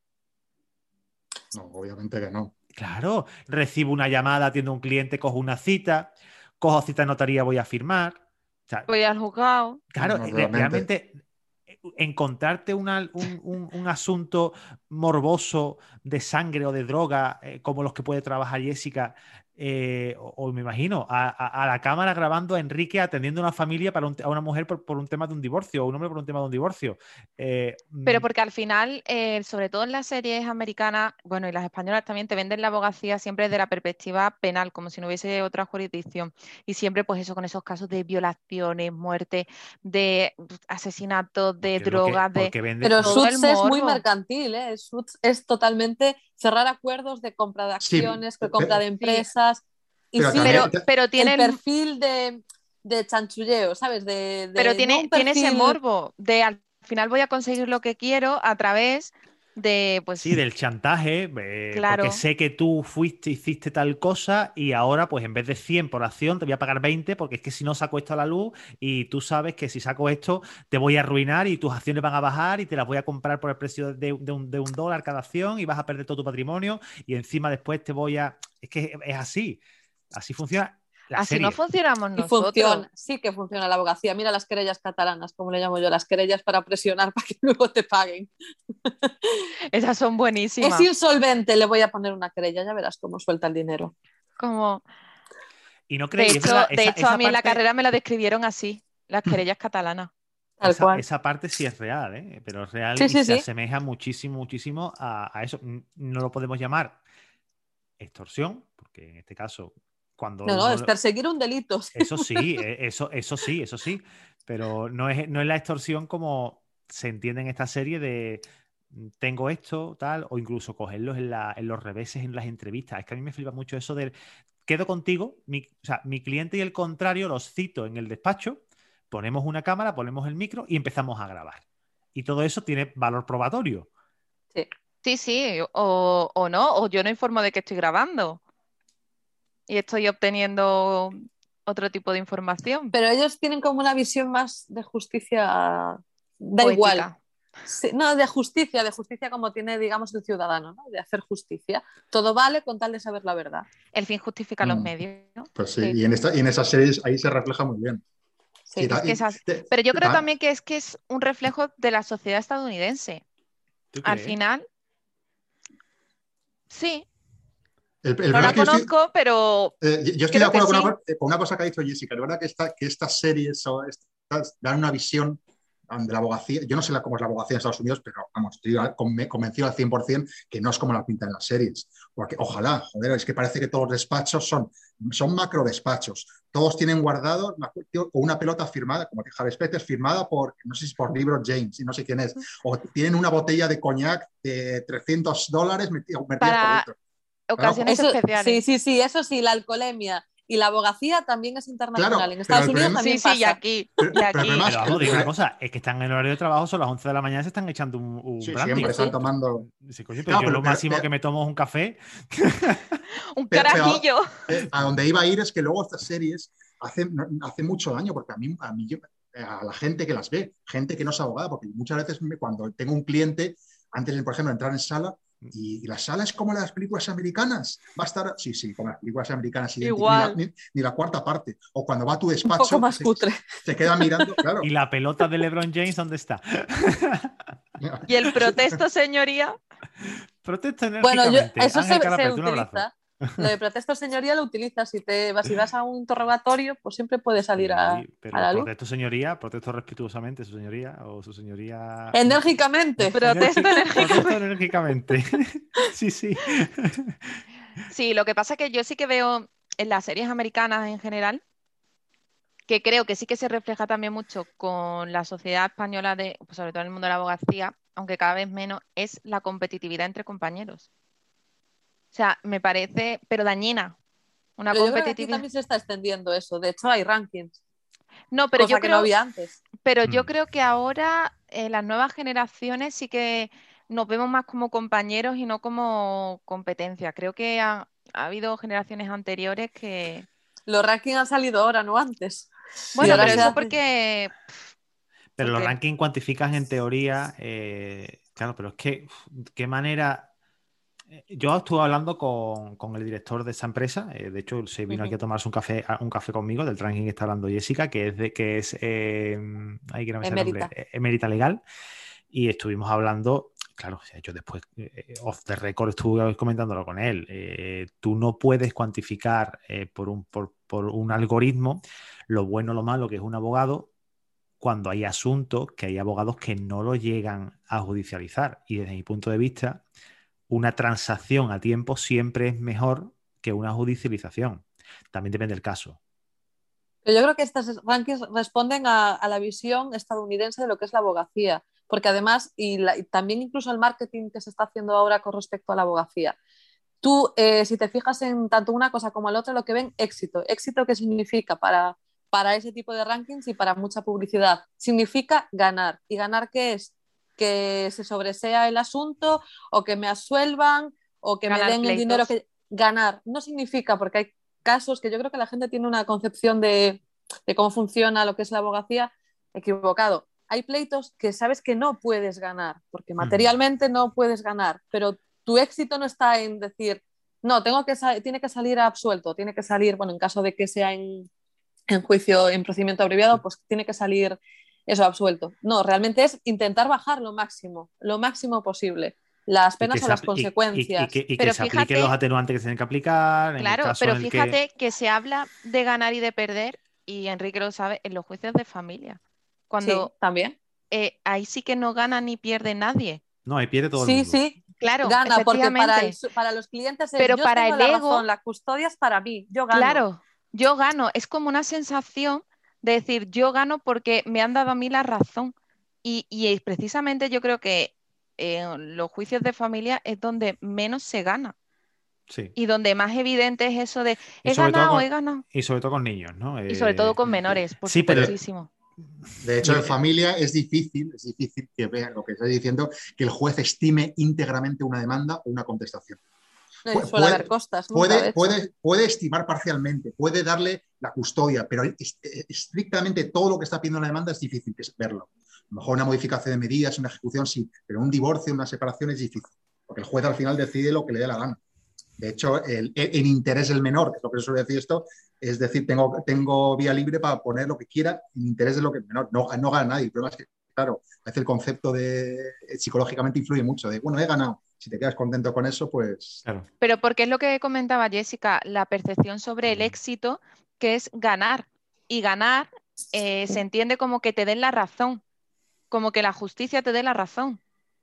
No, obviamente que no. Claro, recibo una llamada, atiendo a un cliente, cojo una cita, cojo cita en notaría, voy a firmar. O sea, Voy al juzgado. claro, No, re- realmente. realmente eh, encontrarte una- un, un- un asunto morboso de sangre o de droga, eh, como los que puede trabajar Jessica, eh, o, o me imagino, a, a- a la cámara grabando a Enrique atendiendo a una familia para un- a una mujer por, por un tema de un divorcio, o un hombre por un tema de un divorcio. Eh, Pero mm, porque al final, eh, sobre todo en las series americanas, bueno, y las españolas también te venden la abogacía siempre desde la perspectiva penal, como si no hubiese otra jurisdicción. Y siempre, pues eso, con esos casos de violaciones, muertes, de pues, asesinatos, de porque es lo que, drogas, de porque vende. Pero todo el Suits es muy morbo. mercantil, ¿eh? Suits es totalmente cerrar acuerdos de compra de Sí, acciones, de compra de pe- Sí, empresas y pero sigue pero, también, pero tiene el el, perfil de, de chanchulleo, ¿sabes? De, pero de no un tiene, tiene ese perfil. morbo de al final voy a conseguir lo que quiero a través de, Sí, pues, del chantaje, eh, porque claro. sé que tú fuiste, hiciste tal cosa y ahora, pues en vez de cien por acción, te voy a pagar veinte porque es que si no saco esto a la luz y tú sabes que si saco esto te voy a arruinar y tus acciones van a bajar y te las voy a comprar por el precio de, de un, de un dólar cada acción y vas a perder todo tu patrimonio y encima después te voy a... Es que es así, así funciona la Así no serie. funcionamos Y nosotros. funciona, sí que funciona la abogacía. Mira las querellas catalanas, como le llamo yo, las querellas para presionar para que luego te paguen. Esas son Es buenísimas. insolvente, le voy a poner una querella, ya verás cómo suelta el dinero. Como, Y no de creéis, es verdad, hecho, de esa, hecho, a esa mí en la parte... carrera me la describieron así, las querellas catalanas. Tal Esa, cual. esa parte sí es real, ¿eh? Pero es real Sí, y sí, se sí. asemeja muchísimo, muchísimo a, a eso. N- No lo podemos llamar extorsión, porque en este caso, cuando No, no, uno... es lo- perseguir un delito. Eso sí, eh, eso, eso sí, eso sí, pero no es, no es la extorsión como se entiende en esta serie de mm, tengo esto, tal, o incluso cogerlos en, la- en los reveses en las entrevistas. Es que a mí me flipa mucho eso del quedo contigo, mi, o sea, mi cliente y el contrario los cito en el despacho, ponemos una cámara, ponemos el micro y empezamos a grabar. Y todo eso tiene valor probatorio. Sí. Sí, sí, o, o no, o yo no informo de que estoy grabando y estoy obteniendo otro tipo de información Pero ellos tienen como una visión más de justicia, da igual. poética. Sí, no, de justicia, de justicia como tiene, digamos, el ciudadano, ¿no? De hacer justicia. Todo vale con tal de saber la verdad. El fin justifica los mm, medios, ¿no? pues sí, Sí, y en, esta, y en esas series ahí se refleja muy bien. Y, Sí. es ta- que y esas... te- Pero yo creo ta- también que es que es un reflejo de la sociedad estadounidense. ¿Tú Al crees? final, sí, el, el no problema la es que yo estoy, conozco, pero eh, yo estoy de creo que acuerdo con una, sí. co- eh, con una cosa que ha dicho Jessica. La verdad que, esta, que estas series o estas dan una visión um, de la abogacía. Yo no sé la- cómo es la abogacía en Estados Unidos, pero vamos, estoy conven- convencido al cien por ciento que no es como la pintan en las series. Porque ojalá, joder, es que parece que todos los despachos son, son macro despachos. Todos tienen guardado una, o una pelota firmada, como que Javier Specter, firmada por, no sé si es por Libro James, y no sé quién es. O tienen una botella de coñac de trescientos dólares metida, metida por Para dentro. Claro, ocasiones Eso, especiales. sí, sí, sí, eso sí, la alcoholemia y la abogacía también es internacional. claro, En pero Estados el Unidos problema, Sí, también sí, y pasa. aquí, pero, y pero el problema aquí. es Pero que vamos, el, digo una el, cosa, es que están en horario de trabajo, son las once de la mañana y se están echando un, un sí, brandy. siempre Sí, están sí. tomando. Sí, coño, pero Claro, yo pero, lo pero, máximo pero, que me tomo es un café. Un pero, pero, carajillo. eh, a donde iba a ir es que luego estas series hacen, hace mucho daño, porque a mí, a mí yo- a la gente que las ve, gente que no es abogada, porque muchas veces me- cuando tengo un cliente, antes de, por ejemplo, entrar en sala, y, y la sala es como las películas americanas, va a estar, sí, sí, como las películas americanas, idénticas, ni la, Igual. ni, ni la cuarta parte, o cuando va a tu Un poco despacho, que más se, cutre. se queda mirando, ¿Y claro. la pelota de LeBron James dónde está? Y el protesto, señoría, Protesta Bueno, yo, enérgicamente. eso Ángel se, se Carapet, un abrazo. utiliza. Lo de protesto señoría lo utilizas. Si te vas, si vas a un interrogatorio, pues siempre puede salir a, Sí, a pero la luz. protesto señoría, protesto respetuosamente, su señoría, o su señoría. Enérgicamente. protesto Enérgica, protesto enérgicamente. enérgicamente. Sí, sí. Sí, lo que pasa es que yo sí que veo en las series americanas en general, que creo que sí que se refleja también mucho con la sociedad española, de, pues sobre todo en el mundo de la abogacía, aunque cada vez menos, es la competitividad entre compañeros. sea, me parece, pero dañina. Una Pero yo creo que aquí competitividad. también se está extendiendo eso. De hecho, hay rankings, No, pero cosa yo que creo, no había antes. pero yo Mm. creo que ahora eh, las nuevas generaciones sí que nos vemos más como compañeros y no como competencia. Creo que ha, ha habido generaciones anteriores que. Los rankings han salido ahora, no antes. Y Bueno, Sí, ahora pero se eso hace. porque. pero ¿Por los qué? rankings cuantifican en teoría, eh, claro, pero es que, uf, ¿qué manera? Eh, Yo estuve hablando con, con el director de esa empresa, eh, de hecho se vino aquí Ujú. a tomarse un café, a- un café conmigo, del ranking que está hablando Jessica, que es de que es eh, ahí que no me sale el nombre, Emérita. eh, Emérita Legal, y estuvimos hablando, claro, o sea, yo después eh, off the record estuve comentándolo con él. Eh, tú no puedes cuantificar eh, por un, por, por un algoritmo lo bueno o lo malo que es un abogado cuando hay asuntos que hay abogados que no lo llegan a judicializar. Y desde mi punto de vista, una transacción a tiempo siempre es mejor que una judicialización. También depende del caso. Pero yo creo que estos rankings responden a, a la visión estadounidense de lo que es la abogacía, porque además, y, la- y también incluso el marketing que se está haciendo ahora con respecto a la abogacía. Tú, eh, si te fijas en tanto una cosa como la otra, lo que ven, éxito. ¿Éxito qué significa para, para ese tipo de rankings y para mucha publicidad? Significa ganar. ¿Y ganar qué es? Que se sobresea el asunto o que me absuelvan o que me Ganar den un dinero pleitos. que... Ganar no significa, porque hay casos que yo creo que la gente tiene una concepción de, de cómo funciona lo que es la abogacía equivocado. Hay pleitos que sabes que no puedes ganar, porque Hmm. materialmente no puedes ganar, pero tu éxito no está en decir, no, tengo que tiene que salir absuelto, tiene que salir, bueno, en caso de que sea en, en juicio, en procedimiento abreviado, pues tiene que salir eso absuelto. No, realmente es intentar bajar lo máximo, lo máximo posible, las Y que penas o se, las apl- y, y- y que, consecuencias. y que Pero se apliquen los fíjate, atenuantes que se tienen que aplicar en el claro, caso pero en el que... fíjate que se habla de ganar y de perder, y Enrique lo sabe, en los juicios de familia. Sí, Cuando también. eh, ahí sí que no gana ni pierde nadie. No, ahí pierde todo el Sí, mundo. sí, Claro, gana, porque para, el, efectivamente. para los clientes es Pero yo para tengo el la razón, ego, la custodia es para mí, yo gano. claro, yo gano. Es como una sensación de decir, yo gano porque me han dado a mí la razón. Y, y es precisamente yo creo que en los juicios de familia es donde menos se gana Sí. y donde más evidente es eso de Y he sobre todo ganado, he con, ganado. y sobre todo con niños, ¿no? Y sobre todo Eh, con menores, por sí, pero... De, supuestísimo. de hecho, en Dime. familia es difícil, es difícil que vean lo que estáis diciendo, que el juez estime íntegramente una demanda o una contestación. No, y Pu- suele haber Puede, costas, nunca de puede, hecho. puede, puede estimar parcialmente, puede darle la custodia, pero es- es- estrictamente todo lo que está pidiendo la demanda es difícil que es verlo. A lo mejor una modificación de medidas, una ejecución sí, pero un divorcio, una separación es difícil, porque el juez al final decide lo que le dé la gana. De hecho, el, el interés del menor, que es lo que se suele decir esto, es decir, tengo, tengo vía libre para poner lo que quiera en interés de lo que el menor. No, no gana nadie. El problema es que, claro, a veces el concepto de psicológicamente influye mucho. De, bueno, he ganado. Si te quedas contento con eso, pues... Claro. Pero porque es lo que comentaba Jessica, la percepción sobre el éxito, que es ganar. Y ganar eh, se entiende como que te den la razón, como que la justicia te dé la razón.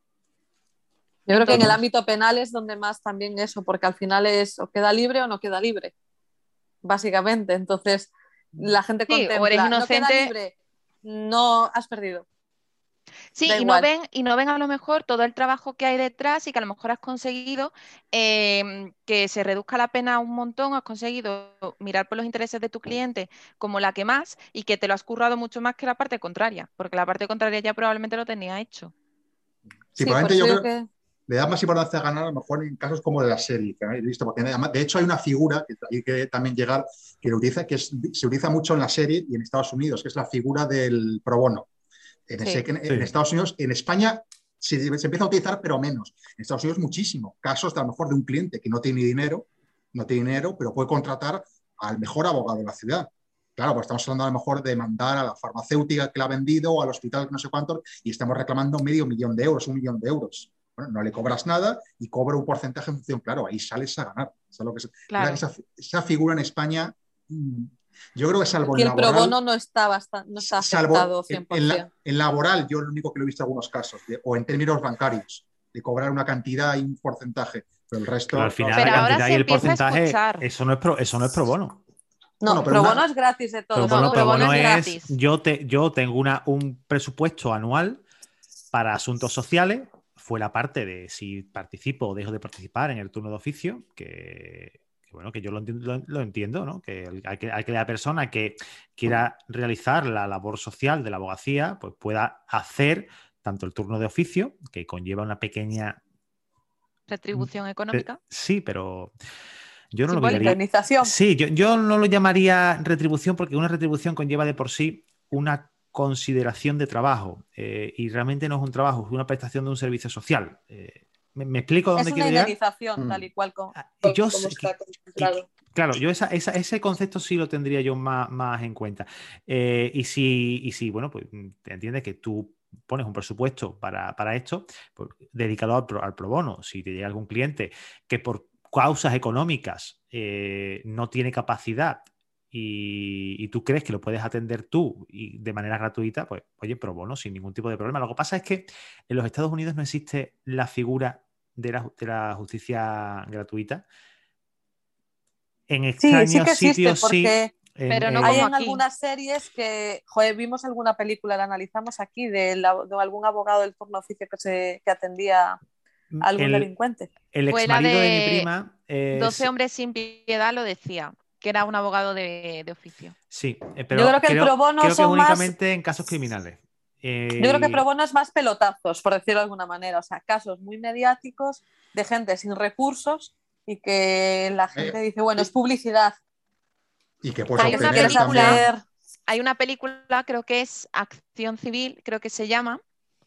Yo creo que en el Entonces, ámbito penal es donde más también eso, porque al final es o queda libre o no queda libre, básicamente. Entonces, la gente sí, o eres contempla, no queda inocente. libre, no has perdido, Sí, da y no igual. ven, y no ven a lo mejor todo el trabajo que hay detrás y que a lo mejor has conseguido em, que se reduzca la pena un montón, has conseguido mirar por los intereses de tu cliente como la que más y que te lo has currado mucho más que la parte contraria, porque la parte contraria ya probablemente lo tenía hecho. Sí, Sí, por probablemente eso yo digo creo que le da más importancia a ganar a lo mejor en casos como de la serie, que habéis visto, porque además, de hecho hay una figura que hay que también llegar, que lo utiliza, que es- se utiliza mucho en la serie y en Estados Unidos, que es la figura del pro bono. En, ese, sí. en, en Sí. Estados Unidos, en España se, se empieza a utilizar, pero menos. En Estados Unidos muchísimo. Casos de, a lo mejor de un cliente que no tiene dinero, no tiene dinero, pero puede contratar al mejor abogado de la ciudad. Claro, pues estamos hablando a lo mejor de mandar a la farmacéutica que la ha vendido o al hospital no sé cuánto y estamos reclamando medio millón de euros, un millón de euros. Bueno, no le cobras nada y cobra un porcentaje en función, claro, ahí sales a ganar. ¿Sabes lo que es? Mira que Claro. esa, esa figura en España, mm, yo creo que salvo Aquí en el pro laboral, bono no está, basta- no está salvo aceptado en, en, la, cien por ciento. en laboral, yo lo único que lo he visto en algunos casos, de, o en términos bancarios, de cobrar una cantidad y un porcentaje, pero el Pero al resto, final claro, la Pero ahora cantidad se y el empieza a porcentaje, escuchar. eso no es pro, eso no es pro bono. bueno, No, pero pro bono una, es gratis de Pro todos No, bono, pro pro modos. bono bono es es gratis. yo, te, yo tengo una, un presupuesto anual para asuntos sociales, fue la parte de si participo o dejo de participar en el turno de oficio, que, que bueno, que yo lo entiendo, lo, lo entiendo, ¿no? Que el- hay que, hay que la persona que quiera realizar la labor social de la abogacía, pues pueda hacer tanto el turno de oficio, que conlleva una pequeña... Retribución Pe- económica. Sí, pero yo no lo Simbólica. miraría. Indemnización. Sí, yo, yo no lo llamaría retribución porque una retribución conlleva de por sí una consideración de trabajo eh, y realmente no es un trabajo, es una prestación de un servicio social. Eh, ¿me, me explico dónde Es una quiero llegar? indemnización, Mm. tal y cual como, Ah, y yo como sé que- está que- contemplado. claro, yo esa, esa- ese concepto sí lo tendría yo más, más en cuenta. Eh, y si, y si, bueno, pues te entiendes que tú pones un presupuesto para, para esto, pues, dedicado al pro, al pro bono. Si te llega algún cliente que por causas económicas eh, no tiene capacidad y, y tú crees que lo puedes atender tú y de manera gratuita, pues oye, pro bono, sin ningún tipo de problema. Lo que pasa es que en los Estados Unidos no existe la figura de la, de la justicia gratuita. En Sí, sí extraños que existe, sitios sí. porque En- Pero no en- hay como en aquí. algunas series que, joder, vimos alguna película, la analizamos aquí, de, la- de algún abogado del turno oficio que, se, que atendía a algún el, delincuente. el Fue la exmarido de mi de prima doce es. hombres sin piedad lo decía, que era un abogado de, de oficio. Sí, eh, Yo pero creo que el pro creo, bono creo que son más, únicamente en casos criminales. yo creo que pro Eh, bono es más pelotazos, por decirlo de alguna manera, o sea, casos muy mediáticos de gente sin recursos y que la gente Eh, dice, bueno, es publicidad, Y que puedes Hay una porque si obtener quieres película, también. hacer... hay una película, creo que es Acción Civil, creo que se llama,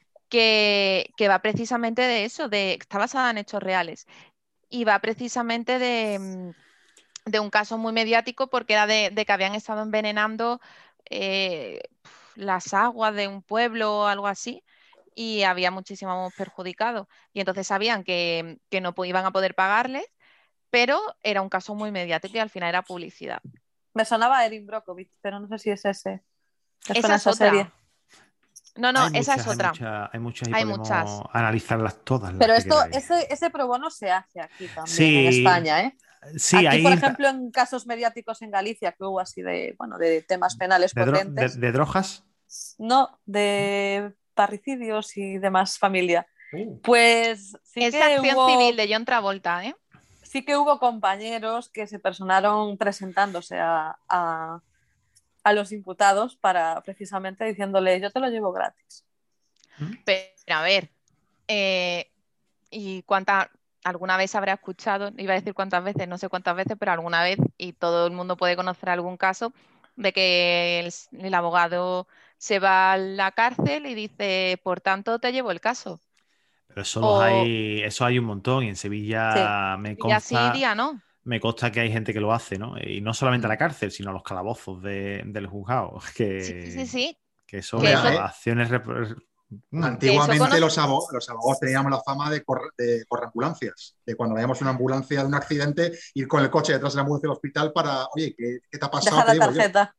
que, que va precisamente de eso, de, está basada en hechos reales. Y va precisamente de, mm, de un caso muy mediático porque era de, de que habían estado envenenando eh, las aguas de un pueblo o algo así y había muchísimos perjudicados. Y entonces sabían que, que no po- iban a poder pagarles, pero era un caso muy mediático y al final era publicidad. Me sonaba a Erin Brockovich, pero no sé si es ese. ¿Te Esa suena es esa serie? otra. No, no, hay esa muchas, es hay otra. muchas, hay muchas y Hay podemos muchas. analizarlas todas las Pero que esto, queráis. ese, ese pro bono se hace aquí también, en Sí, España, ¿eh? sí, Aquí, por hay ejemplo, en casos mediáticos en Galicia que hubo así de, bueno, de temas penales de, dro- de, potentes, de drogas. no, de parricidios y demás familia. Uh. Pues sí Es de que Acción Civil hubo, de John Travolta, ¿eh? sí que hubo compañeros que se personaron presentándose a, a, a los imputados para precisamente diciéndole, yo te lo llevo gratis. Pero a ver, eh, ¿y cuántas, alguna vez habrá escuchado, iba a decir cuántas veces, no sé cuántas veces, pero alguna vez, y todo el mundo puede conocer algún caso, de que el, el abogado se va a la cárcel y dice, por tanto, te llevo el caso. Pero eso los O hay, eso hay un montón y en Sí. Sevilla me y así consta, día, ¿no? me consta que hay gente que lo hace, ¿no? Y no solamente a la Mm. cárcel, sino a los calabozos de- del juzgado, Sí, sí, que, sí. que eso, Que Hombre, eso, eh, acciones... rep- Mm. que eso antiguamente conoce. los abogados, los abogados teníamos la fama de, corre, de correambulancias, de cuando veíamos una ambulancia de un accidente, ir con el coche detrás de la ambulancia del hospital para, oye, ¿qué, qué te ha pasado? Deja Te la digo yo. tarjeta.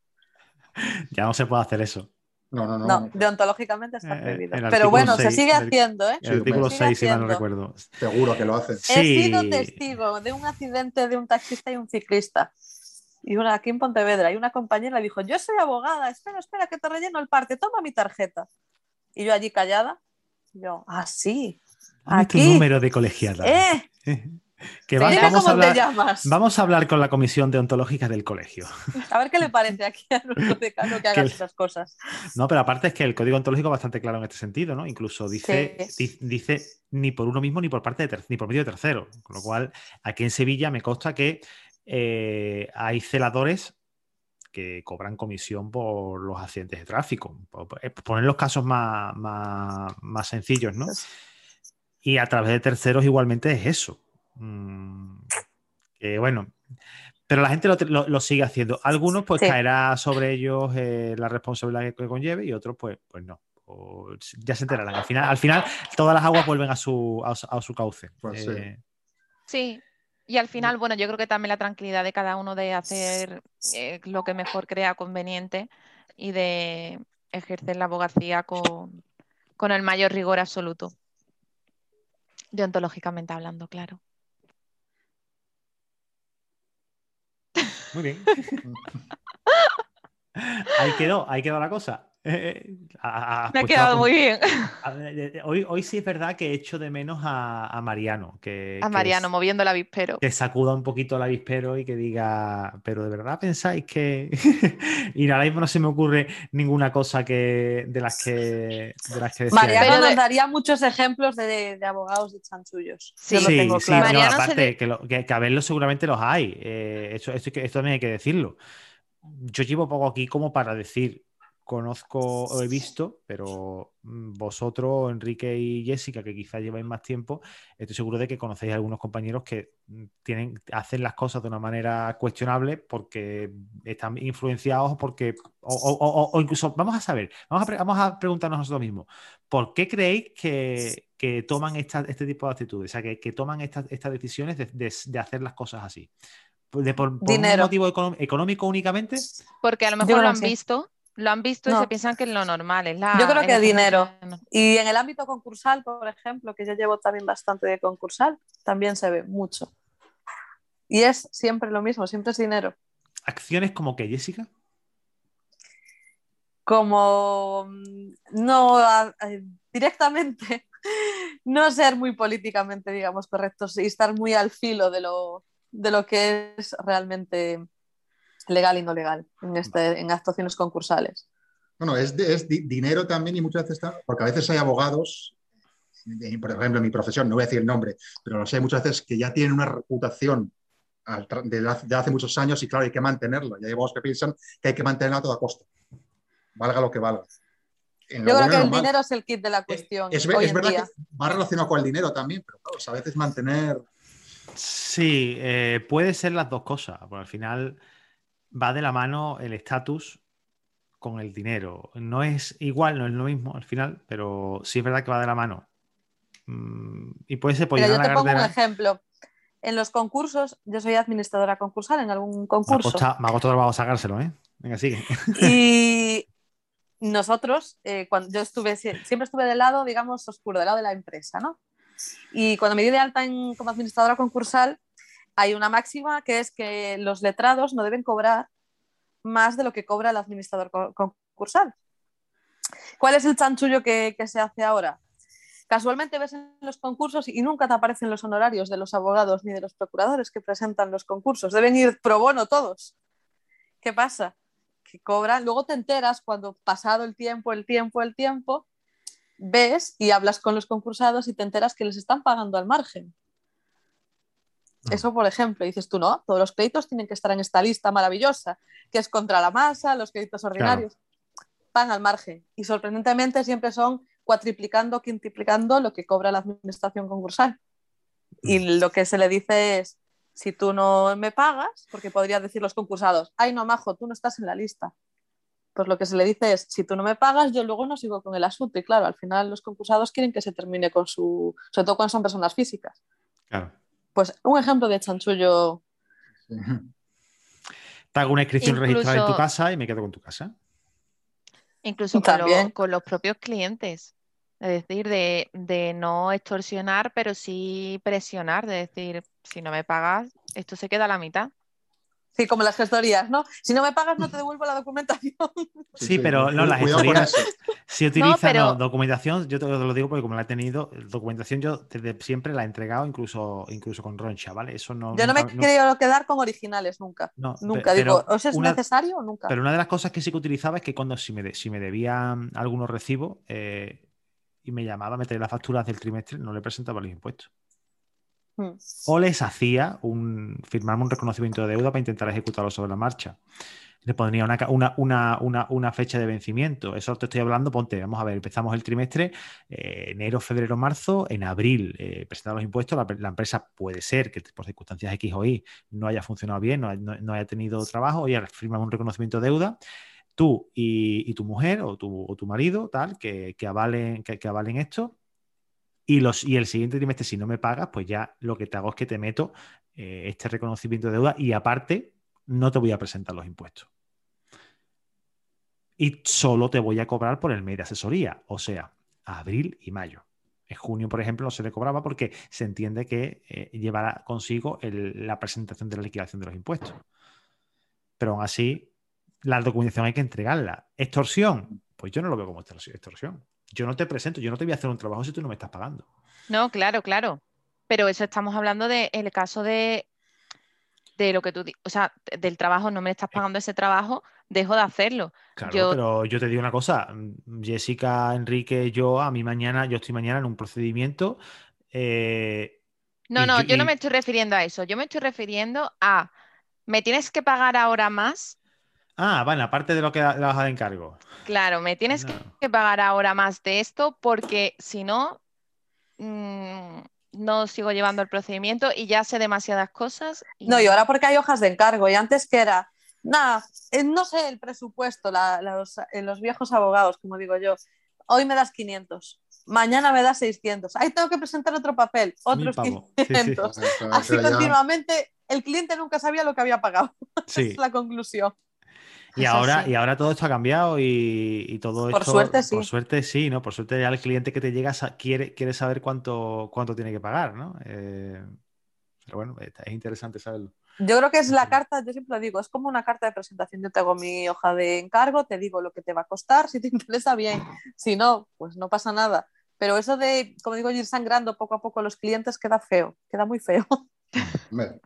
Ya no se puede hacer eso. No, no, no. No, deontológicamente está Eh, prohibido. el Pero artículo bueno, se seis, sigue el, haciendo, ¿eh? el Sí, artículo hombre, Se sigue seis, si mal no haciendo. recuerdo. seguro que lo hacen. He sido Sí, testigo de un accidente de un taxista y un ciclista. Y una aquí en Pontevedra. Y una compañera dijo, yo soy abogada, espera, espera, que te relleno el parte, toma mi tarjeta. Y yo allí callada. Yo, ah, sí, dame tu aquí. número de colegiada. Eh, Que va- dime vamos, a cómo te hablar, llamas. vamos a hablar con la comisión deontológica del colegio. A ver qué le parece aquí a nuestro decano que hagas Que- esas cosas. No, pero aparte es que el código ontológico es bastante claro en este sentido, ¿no? Incluso dice, Sí. di- dice ni por uno mismo ni por parte de ter- ni por medio de tercero. Con lo cual, aquí en Sevilla me consta que eh, hay celadores que cobran comisión por los accidentes de tráfico. Por, por- poner los casos más, más, más sencillos, ¿no? Y a través de terceros igualmente es eso. Mm, que bueno. Pero la gente lo, lo- lo sigue haciendo. Algunos, pues, Sí. caerá sobre ellos eh, la responsabilidad que, que conlleve y otros, pues, pues no. O ya se enterarán. Al final, al final, todas las aguas vuelven a su, a, su- a su cauce. Pues sí. Eh, Sí, y al final, bueno, yo creo que también la tranquilidad de cada uno de hacer eh, lo que mejor crea conveniente y de ejercer la abogacía con, con el mayor rigor absoluto, deontológicamente hablando, claro. muy bien. Ahí quedó, ahí quedó la cosa. Eh, ha- has Me ha puesto la quedado pun- muy bien. a ver, eh, eh, Hoy, hoy sí es verdad que echo de menos a, a Mariano, que, A que, Mariano es- moviendo el avispero. que sacuda un poquito el avispero y que diga, pero ¿de verdad pensáis que...? Y ahora mismo no se me ocurre ninguna cosa que, de las que, de las que decía él. Mariano Pero nos de- daría muchos ejemplos de, de abogados de chanchullos. Yo Sí, lo tengo Sí, sí, claro. no, Mariano se aparte, de- que, lo- que, que a verlo seguramente los hay. Eh, esto, esto, hay que- esto también hay que decirlo. Yo llevo poco aquí como para decir, conozco o he visto, pero mm, vosotros, Enrique y Jessica, que quizás lleváis más tiempo, estoy seguro de que conocéis a algunos compañeros que mm, tienen, hacen las cosas de una manera cuestionable porque están influenciados o porque, o, o- o- o incluso, vamos a saber, vamos a, pre- vamos a preguntarnos nosotros mismos, ¿por qué creéis que, que toman esta- este tipo de actitudes? O sea, que, que toman estas, estas decisiones de, de- de hacer las cosas así. ¿De por, por un Dinero. motivo econo- económico únicamente? porque a lo Yo mejor lo creo han que sí. visto, lo han visto y se No, piensan que es lo normal, es yo la, creo el que ejercicio. dinero. Y en el ámbito concursal, por ejemplo, que yo llevo también bastante de concursal, también se ve mucho. Y es siempre lo mismo, siempre es dinero. ¿Acciones como que, Jessica? Como mm, no a- a- directamente, no ser muy políticamente, digamos, correctos y estar muy al filo de lo, de lo que es realmente legal y no legal en, este, en actuaciones concursales. Bueno, es, de- es di- dinero también y muchas veces, está- porque a veces hay abogados, eh, por ejemplo, en mi profesión, no voy a decir el nombre, pero lo sé muchas veces que ya tienen una reputación al tra- de, hace- de hace muchos años y claro, hay que mantenerla. Y hay abogados que piensan que hay que mantenerla a toda costa, valga lo que valga. En lo Yo creo bueno y que en lo el malo. dinero es el kit de la Es, cuestión es ver- hoy es en verdad día. que va relacionado con el dinero también, pero claro, a veces mantener... Sí, eh, puede ser las dos cosas, porque al final va de la mano el estatus con el dinero. No es igual, no es lo mismo al final, pero sí es verdad que va de la mano. Mm, y puede ser por Mira, llenar yo la te pongo un cartera. ejemplo. En los concursos, yo soy administradora concursal en algún Me ha concurso. costado, me ha costado trabajo sacárselo, ¿eh? Venga, sigue. Y nosotros, eh, cuando yo estuve, siempre estuve del lado, digamos, oscuro, del lado de la empresa, ¿no? Y cuando me di de alta en, como administradora concursal, hay una máxima que es que los letrados no deben cobrar más de lo que cobra el administrador co- concursal. ¿Cuál es el chanchullo que, que se hace ahora? Casualmente ves en los concursos y nunca te aparecen los honorarios de los abogados ni de los procuradores que presentan los concursos. Deben ir pro bono todos. ¿Qué pasa? Que cobran, luego te enteras cuando pasado el tiempo, el tiempo, el tiempo, ves y hablas con los concursados y te enteras que les están pagando al margen. Eso, por ejemplo, dices tú, no, todos los créditos tienen que estar en esta lista maravillosa, que es contra la masa, los créditos ordinarios, claro, van al margen. Y sorprendentemente siempre son cuatriplicando, quintuplicando lo que cobra la administración concursal. Y lo que se le dice es, si tú no me pagas, porque podrían decir los concursados, ay no, majo, tú no estás en la lista. Pues lo que se le dice es, si tú no me pagas, yo luego no sigo con el asunto. Y claro, al final los concursados quieren que se termine con su... Sobre todo cuando son personas físicas. Claro. Pues un ejemplo de chanchullo. Sí. Te hago una inscripción Incluso- registrada en tu casa y me quedo con tu casa. Incluso con, lo- También. con los propios clientes. Es decir, de, de no extorsionar, pero sí presionar, de decir, si no me pagas, esto se queda a la mitad. Sí, como las gestorías, ¿no? Si no me pagas, no te devuelvo la documentación. Sí, Sí, pero sí, no, las cuidado con gestorías eso. si utilizan pero- no, documentación, yo te lo digo porque como la he tenido, documentación yo desde siempre la he entregado incluso, incluso con Roncha, ¿vale? Eso no. Yo no me nunca- he querido quedar con originales nunca. no, Nunca. pe- Digo, pero ¿o eso es una- necesario o nunca? Pero una de las cosas que sí que utilizaba es que cuando si me, de- si me debían algunos recibos eh, y me llamaba a meter las facturas del trimestre, no le presentaba los impuestos. Hmm. O les hacía un, firmarme un reconocimiento de deuda para intentar ejecutarlo sobre la marcha. Le ponía una, ca- una, una, una, una fecha de vencimiento. Eso te estoy hablando, ponte, vamos a ver, empezamos el trimestre, eh, enero, febrero, marzo, en abril eh, presentar los impuestos, la, la empresa puede ser que por circunstancias X o Y no haya funcionado bien, no, no, no haya tenido trabajo, oye, firma un reconocimiento de deuda, tú y, y tu mujer o tu, o tu marido, tal, que, que, avalen, que, que avalen esto. Y, los, y el siguiente trimestre, si no me pagas, pues ya lo que te hago es que te meto eh, este reconocimiento de deuda y aparte no te voy a presentar los impuestos. Y solo te voy a cobrar por el mes de asesoría, o sea, abril y mayo. En junio, por ejemplo, no se le cobraba porque se entiende que eh, llevará consigo el, la presentación de la liquidación de los impuestos. Pero aún así, la documentación hay que entregarla. ¿Extorsión? Pues pues yo no lo veo como extorsión. Yo no te presento, yo no te voy a hacer un trabajo si tú no me estás pagando. No, claro, claro. Pero eso estamos hablando del caso de, de lo que tú, o sea, del trabajo, no me estás pagando ese trabajo, dejo de hacerlo. Claro, yo... pero yo te digo una cosa, Jessica, Enrique, yo, a mí mañana, yo estoy mañana en un procedimiento. Eh, No, y no, yo, yo no me y, estoy refiriendo a eso. Yo me estoy refiriendo a, ¿me tienes que pagar ahora más? ah, bueno, aparte de lo que la baja de encargo. Claro, me tienes que No. que pagar ahora más de esto porque si no, mm, no sigo llevando el procedimiento y ya sé demasiadas cosas. No, y Y... ahora porque hay hojas de encargo. Y antes que era, nada, eh, no sé el presupuesto, la- los, eh, los viejos abogados, como digo yo. Hoy me das quinientos, mañana me das seiscientos. Ahí tengo que presentar otro papel, Mil otros pavos. Sí, sí. quinientos. Claro, Así pero ya- continuamente, el cliente nunca sabía lo que había pagado. Esa es Sí. la conclusión. Y Es ahora, así. y ahora todo esto ha cambiado y, y todo Por esto, suerte, por sí. suerte sí, ¿no? Por suerte ya el cliente que te llega sa- quiere, quiere saber cuánto, cuánto tiene que pagar, ¿no? Eh, pero bueno, es es interesante saberlo. Yo creo que es la carta, yo siempre lo digo, es como una carta de presentación. Yo te hago mi hoja de encargo, te digo lo que te va a costar, si te interesa bien, si no, pues no pasa nada. Pero eso de, como digo, ir sangrando poco a poco a los clientes queda feo, queda muy feo. Hombre,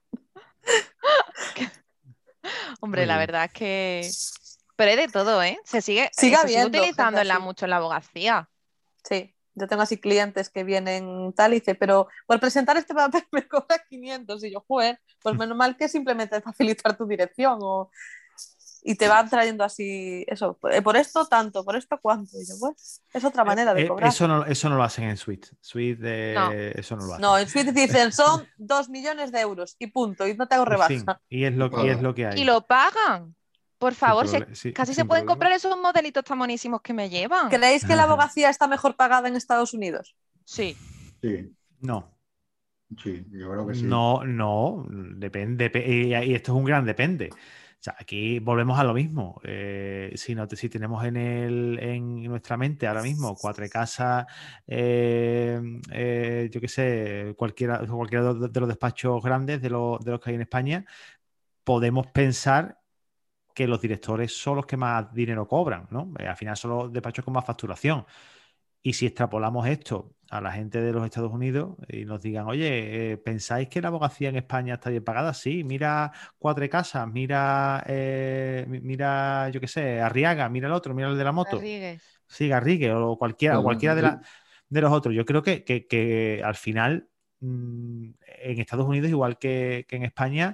Hombre, Muy la bien. verdad es que... Pero hay de todo, ¿eh? Se sigue, Sigue eh, se sigue habiendo gente utilizando en la, así. mucho en la abogacía. Sí, yo tengo así clientes que vienen tal y dice, pero por presentar este papel me cobra quinientos. Y yo, joder, pues menos mal que simplemente facilitar tu dirección o... Y te van trayendo así, eso, eh, por esto tanto, por esto cuánto. Y yo, pues, es otra Eh, manera de eh, cobrar. eso no, eso no lo hacen en Suite. Suite, No. eh, eso no lo hacen. No, en Suite dicen son dos millones de euros y punto, y no te hago Y fin. rebaja. Y es y lo, y es paga. lo que Y hay. lo pagan. Por Sin favor, se- prole- sí, casi se sin pueden problema. comprar esos modelitos tan buenísimos que me llevan. ¿Creéis que la abogacía está mejor pagada en Estados Unidos? Sí. Sí, No. sí, yo creo que sí. No, no, depende, depe- y, y esto es un gran depende. O sea, aquí volvemos a lo mismo. Eh, si, no te- si tenemos en, el, en nuestra mente ahora mismo cuatro casas, eh, eh, yo qué sé, cualquiera, cualquiera de de los despachos grandes de, los- de los que hay en España, podemos pensar que los directores son los que más dinero cobran, ¿no? Eh, al final son los despachos con más facturación. Y si extrapolamos esto a la gente de los Estados Unidos y nos digan, oye, eh, ¿pensáis que la abogacía en España está bien pagada? Sí, mira Cuatro Casas, mira, eh, mi- mira, yo qué sé, Arriaga, mira el otro, mira el de la moto. Garrigues. Sí, Garrigue o cualquiera, o Claro, cualquiera de, la- sí. de los otros. Yo creo que, que- que al final mm, en Estados Unidos, igual que, que en España,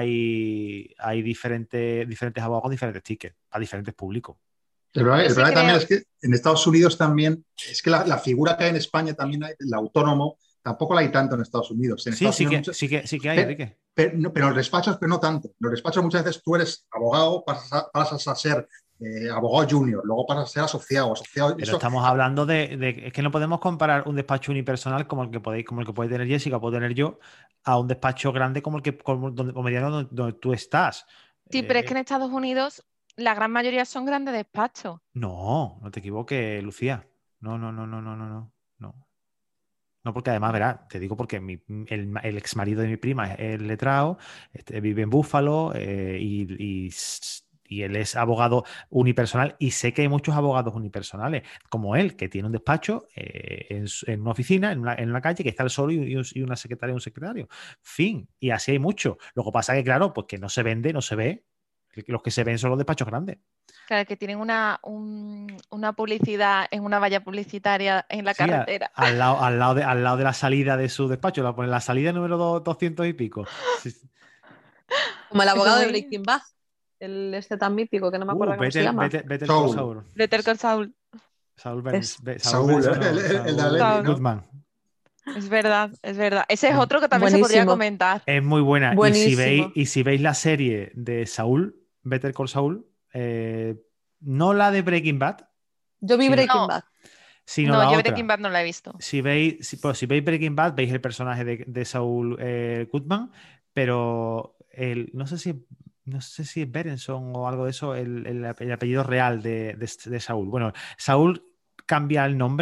hay, hay diferentes, diferentes abogados con diferentes tickets a diferentes públicos. El problema, Yo el sí problema también creo. es que en Estados Unidos también, es que la, la figura que hay en España también, hay, el autónomo, tampoco la hay tanto en Estados Unidos. En Sí, Estados sí Unidos, que, mucho- sí que, sí que hay, pe- Enrique. pe- no, pero en los despachos, pero no tanto. En los despachos muchas veces tú eres abogado, pasas a, pasas a ser eh, abogado junior, luego pasas a ser asociado, asociado. Pero Eso, estamos hablando de, de- es que no podemos comparar un despacho unipersonal como el que podéis, como el que puede tener Jessica o puedo tener yo, a un despacho grande como el que, como donde, o mediano donde, donde tú estás. Sí, pero es que en Eh, Estados Unidos la gran mayoría son grandes despachos. no, no te equivoques, Lucía. No, no, no, no, no, no, no. No, no, porque además, verás, te digo porque mi- el, el ex marido de mi prima es el letrado, este, vive en Búfalo eh, y, y s- y él es abogado unipersonal y sé que hay muchos abogados unipersonales como él, que tiene un despacho eh, en, su- en una oficina, en una, en una calle, que está él solo y, y un- y una secretaria y un secretario. Fin, y así hay muchos. Lo que pasa es que, claro, pues que no se vende, no se ve. Los que se ven son los despachos grandes. Claro, que tienen una, un- una publicidad en una valla publicitaria en la Sí, a- carretera. al lado, al lado de, al lado de la salida de su despacho, la ponen la salida número do- doscientos y pico. Sí, sí. Como el Eso abogado de muy... Breaking Bad, el este tan mítico que no me Uh, acuerdo cómo se Better, llama. Better, Better Call Saul, Saul. Better Call Saul. Saul Es Benz, Be- Saul Saúl, Benson, el, no, el, el de Saul Aleti, ¿no? Goodman. Es verdad, es verdad. Ese es Es, otro que también se podría buenísimo, comentar. es muy buena. Y si veis, buenísimo. y si veis la serie de Saúl, Better Call Saul, eh, no la de Breaking Bad, Yo vi sino, Breaking No, Bad. sino no, la yo Breaking otra. Bad no la he visto. Si veis, si, pues, si veis Breaking Bad, veis el personaje de, de Saul eh, Goodman, pero el, no sé si no sé si es Berenson o algo de eso, el, el- el apellido real de, de- de Saúl. Bueno, Saúl cambia el nombre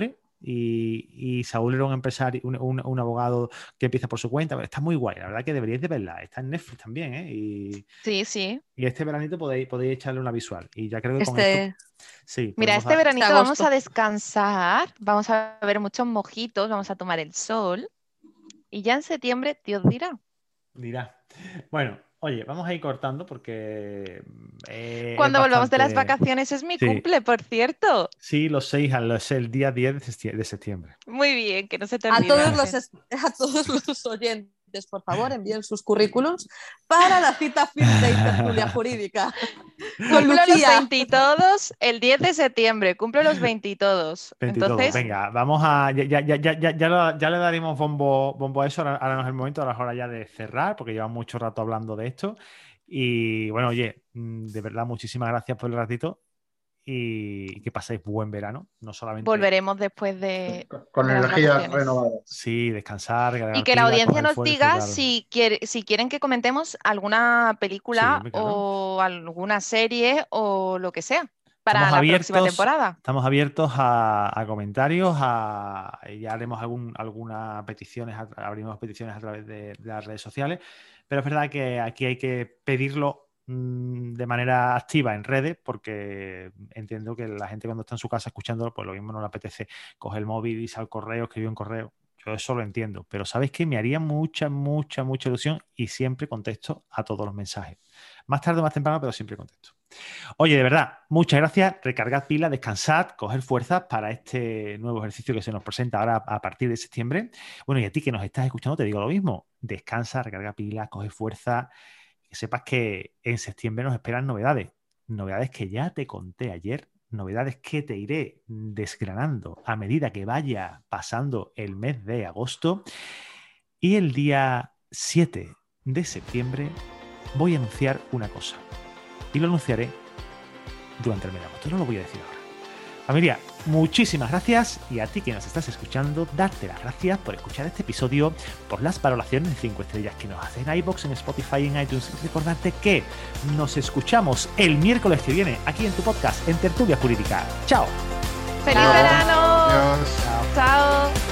y, y Saúl era un empresario, un, un, un abogado que empieza por su cuenta. Está muy guay, la verdad que deberíais de verla. Está en Netflix también, ¿eh? Y, Sí, sí. y este veranito podéis, podéis echarle una visual. Y ya creo que con Este, esto... Sí, Mira, podemos este dar- veranito Este vamos agosto. a descansar, vamos a ver muchos mojitos, vamos a tomar el sol y ya en septiembre Dios dirá. dirá. Bueno, oye, vamos a ir cortando porque eh, es Cuando volvamos de las bastante... vacaciones es mi Sí. cumple, por cierto. Sí, los seis, al- es el día diez de sesti- de septiembre. Muy bien, que no se te A olvide. todos, los, Ángel. es- a todos los oyentes, por favor, envíen sus currículums para la cita first day tertulia jurídica. Con Cumplo los Lucía. veinte y todos el diez de septiembre, cumplo los veinte y todos. veinte y todo. Entonces, Venga, vamos a. Ya, ya, ya, ya, ya, ya lo- ya le daremos bombo, bombo a eso. Ahora, ahora no es el momento, ahora es hora ya de cerrar, porque llevamos mucho rato hablando de esto. Y bueno, oye, mm, de verdad, muchísimas gracias por el ratito y que paséis buen verano. No solamente. volveremos después de, Con, con de las energías vacaciones. renovadas. Sí, descansar, ganar Y que la pila, audiencia coger nos fuerza y diga tal. si, quiere, si quieren que comentemos alguna película Sí, claro. o alguna serie o lo que sea para Estamos la abiertos, próxima temporada. Estamos abiertos a, a comentarios, a, ya haremos algún, algunas peticiones, a- abrimos peticiones a través de, de las redes sociales, pero es verdad que aquí hay que pedirlo mm, de manera activa en redes, porque entiendo que la gente cuando está en su casa escuchándolo, pues lo mismo no le apetece coger el móvil, irse al correo, escribir un correo. Yo eso lo entiendo, pero ¿sabes qué? Me haría mucha, mucha, mucha ilusión y siempre contesto a todos los mensajes. Más tarde o más temprano, pero siempre contesto. Oye, de verdad, muchas gracias. Recargad pilas, descansad, coger fuerzas para este nuevo ejercicio que se nos presenta ahora a partir de septiembre. Bueno, y a ti que nos estás escuchando, te digo lo mismo. Descansa, recarga pilas, coge fuerza. Que sepas que en septiembre nos esperan novedades. Novedades que ya te conté ayer. Novedades que te iré desgranando a medida que vaya pasando el mes de agosto. Y el día siete de septiembre voy a anunciar una cosa. Y lo anunciaré durante el mes de agosto. No lo voy a decir ahora. Familia, muchísimas gracias. Y a ti que nos estás escuchando, darte las gracias por escuchar este episodio, por las valoraciones de cinco estrellas que nos hacen en iVoox, en Spotify y en iTunes. Y recordarte que nos escuchamos el miércoles que viene aquí en tu podcast, en Tertulia Jurídica. ¡Chao! ¡Feliz Chao. verano! Adiós. ¡Chao!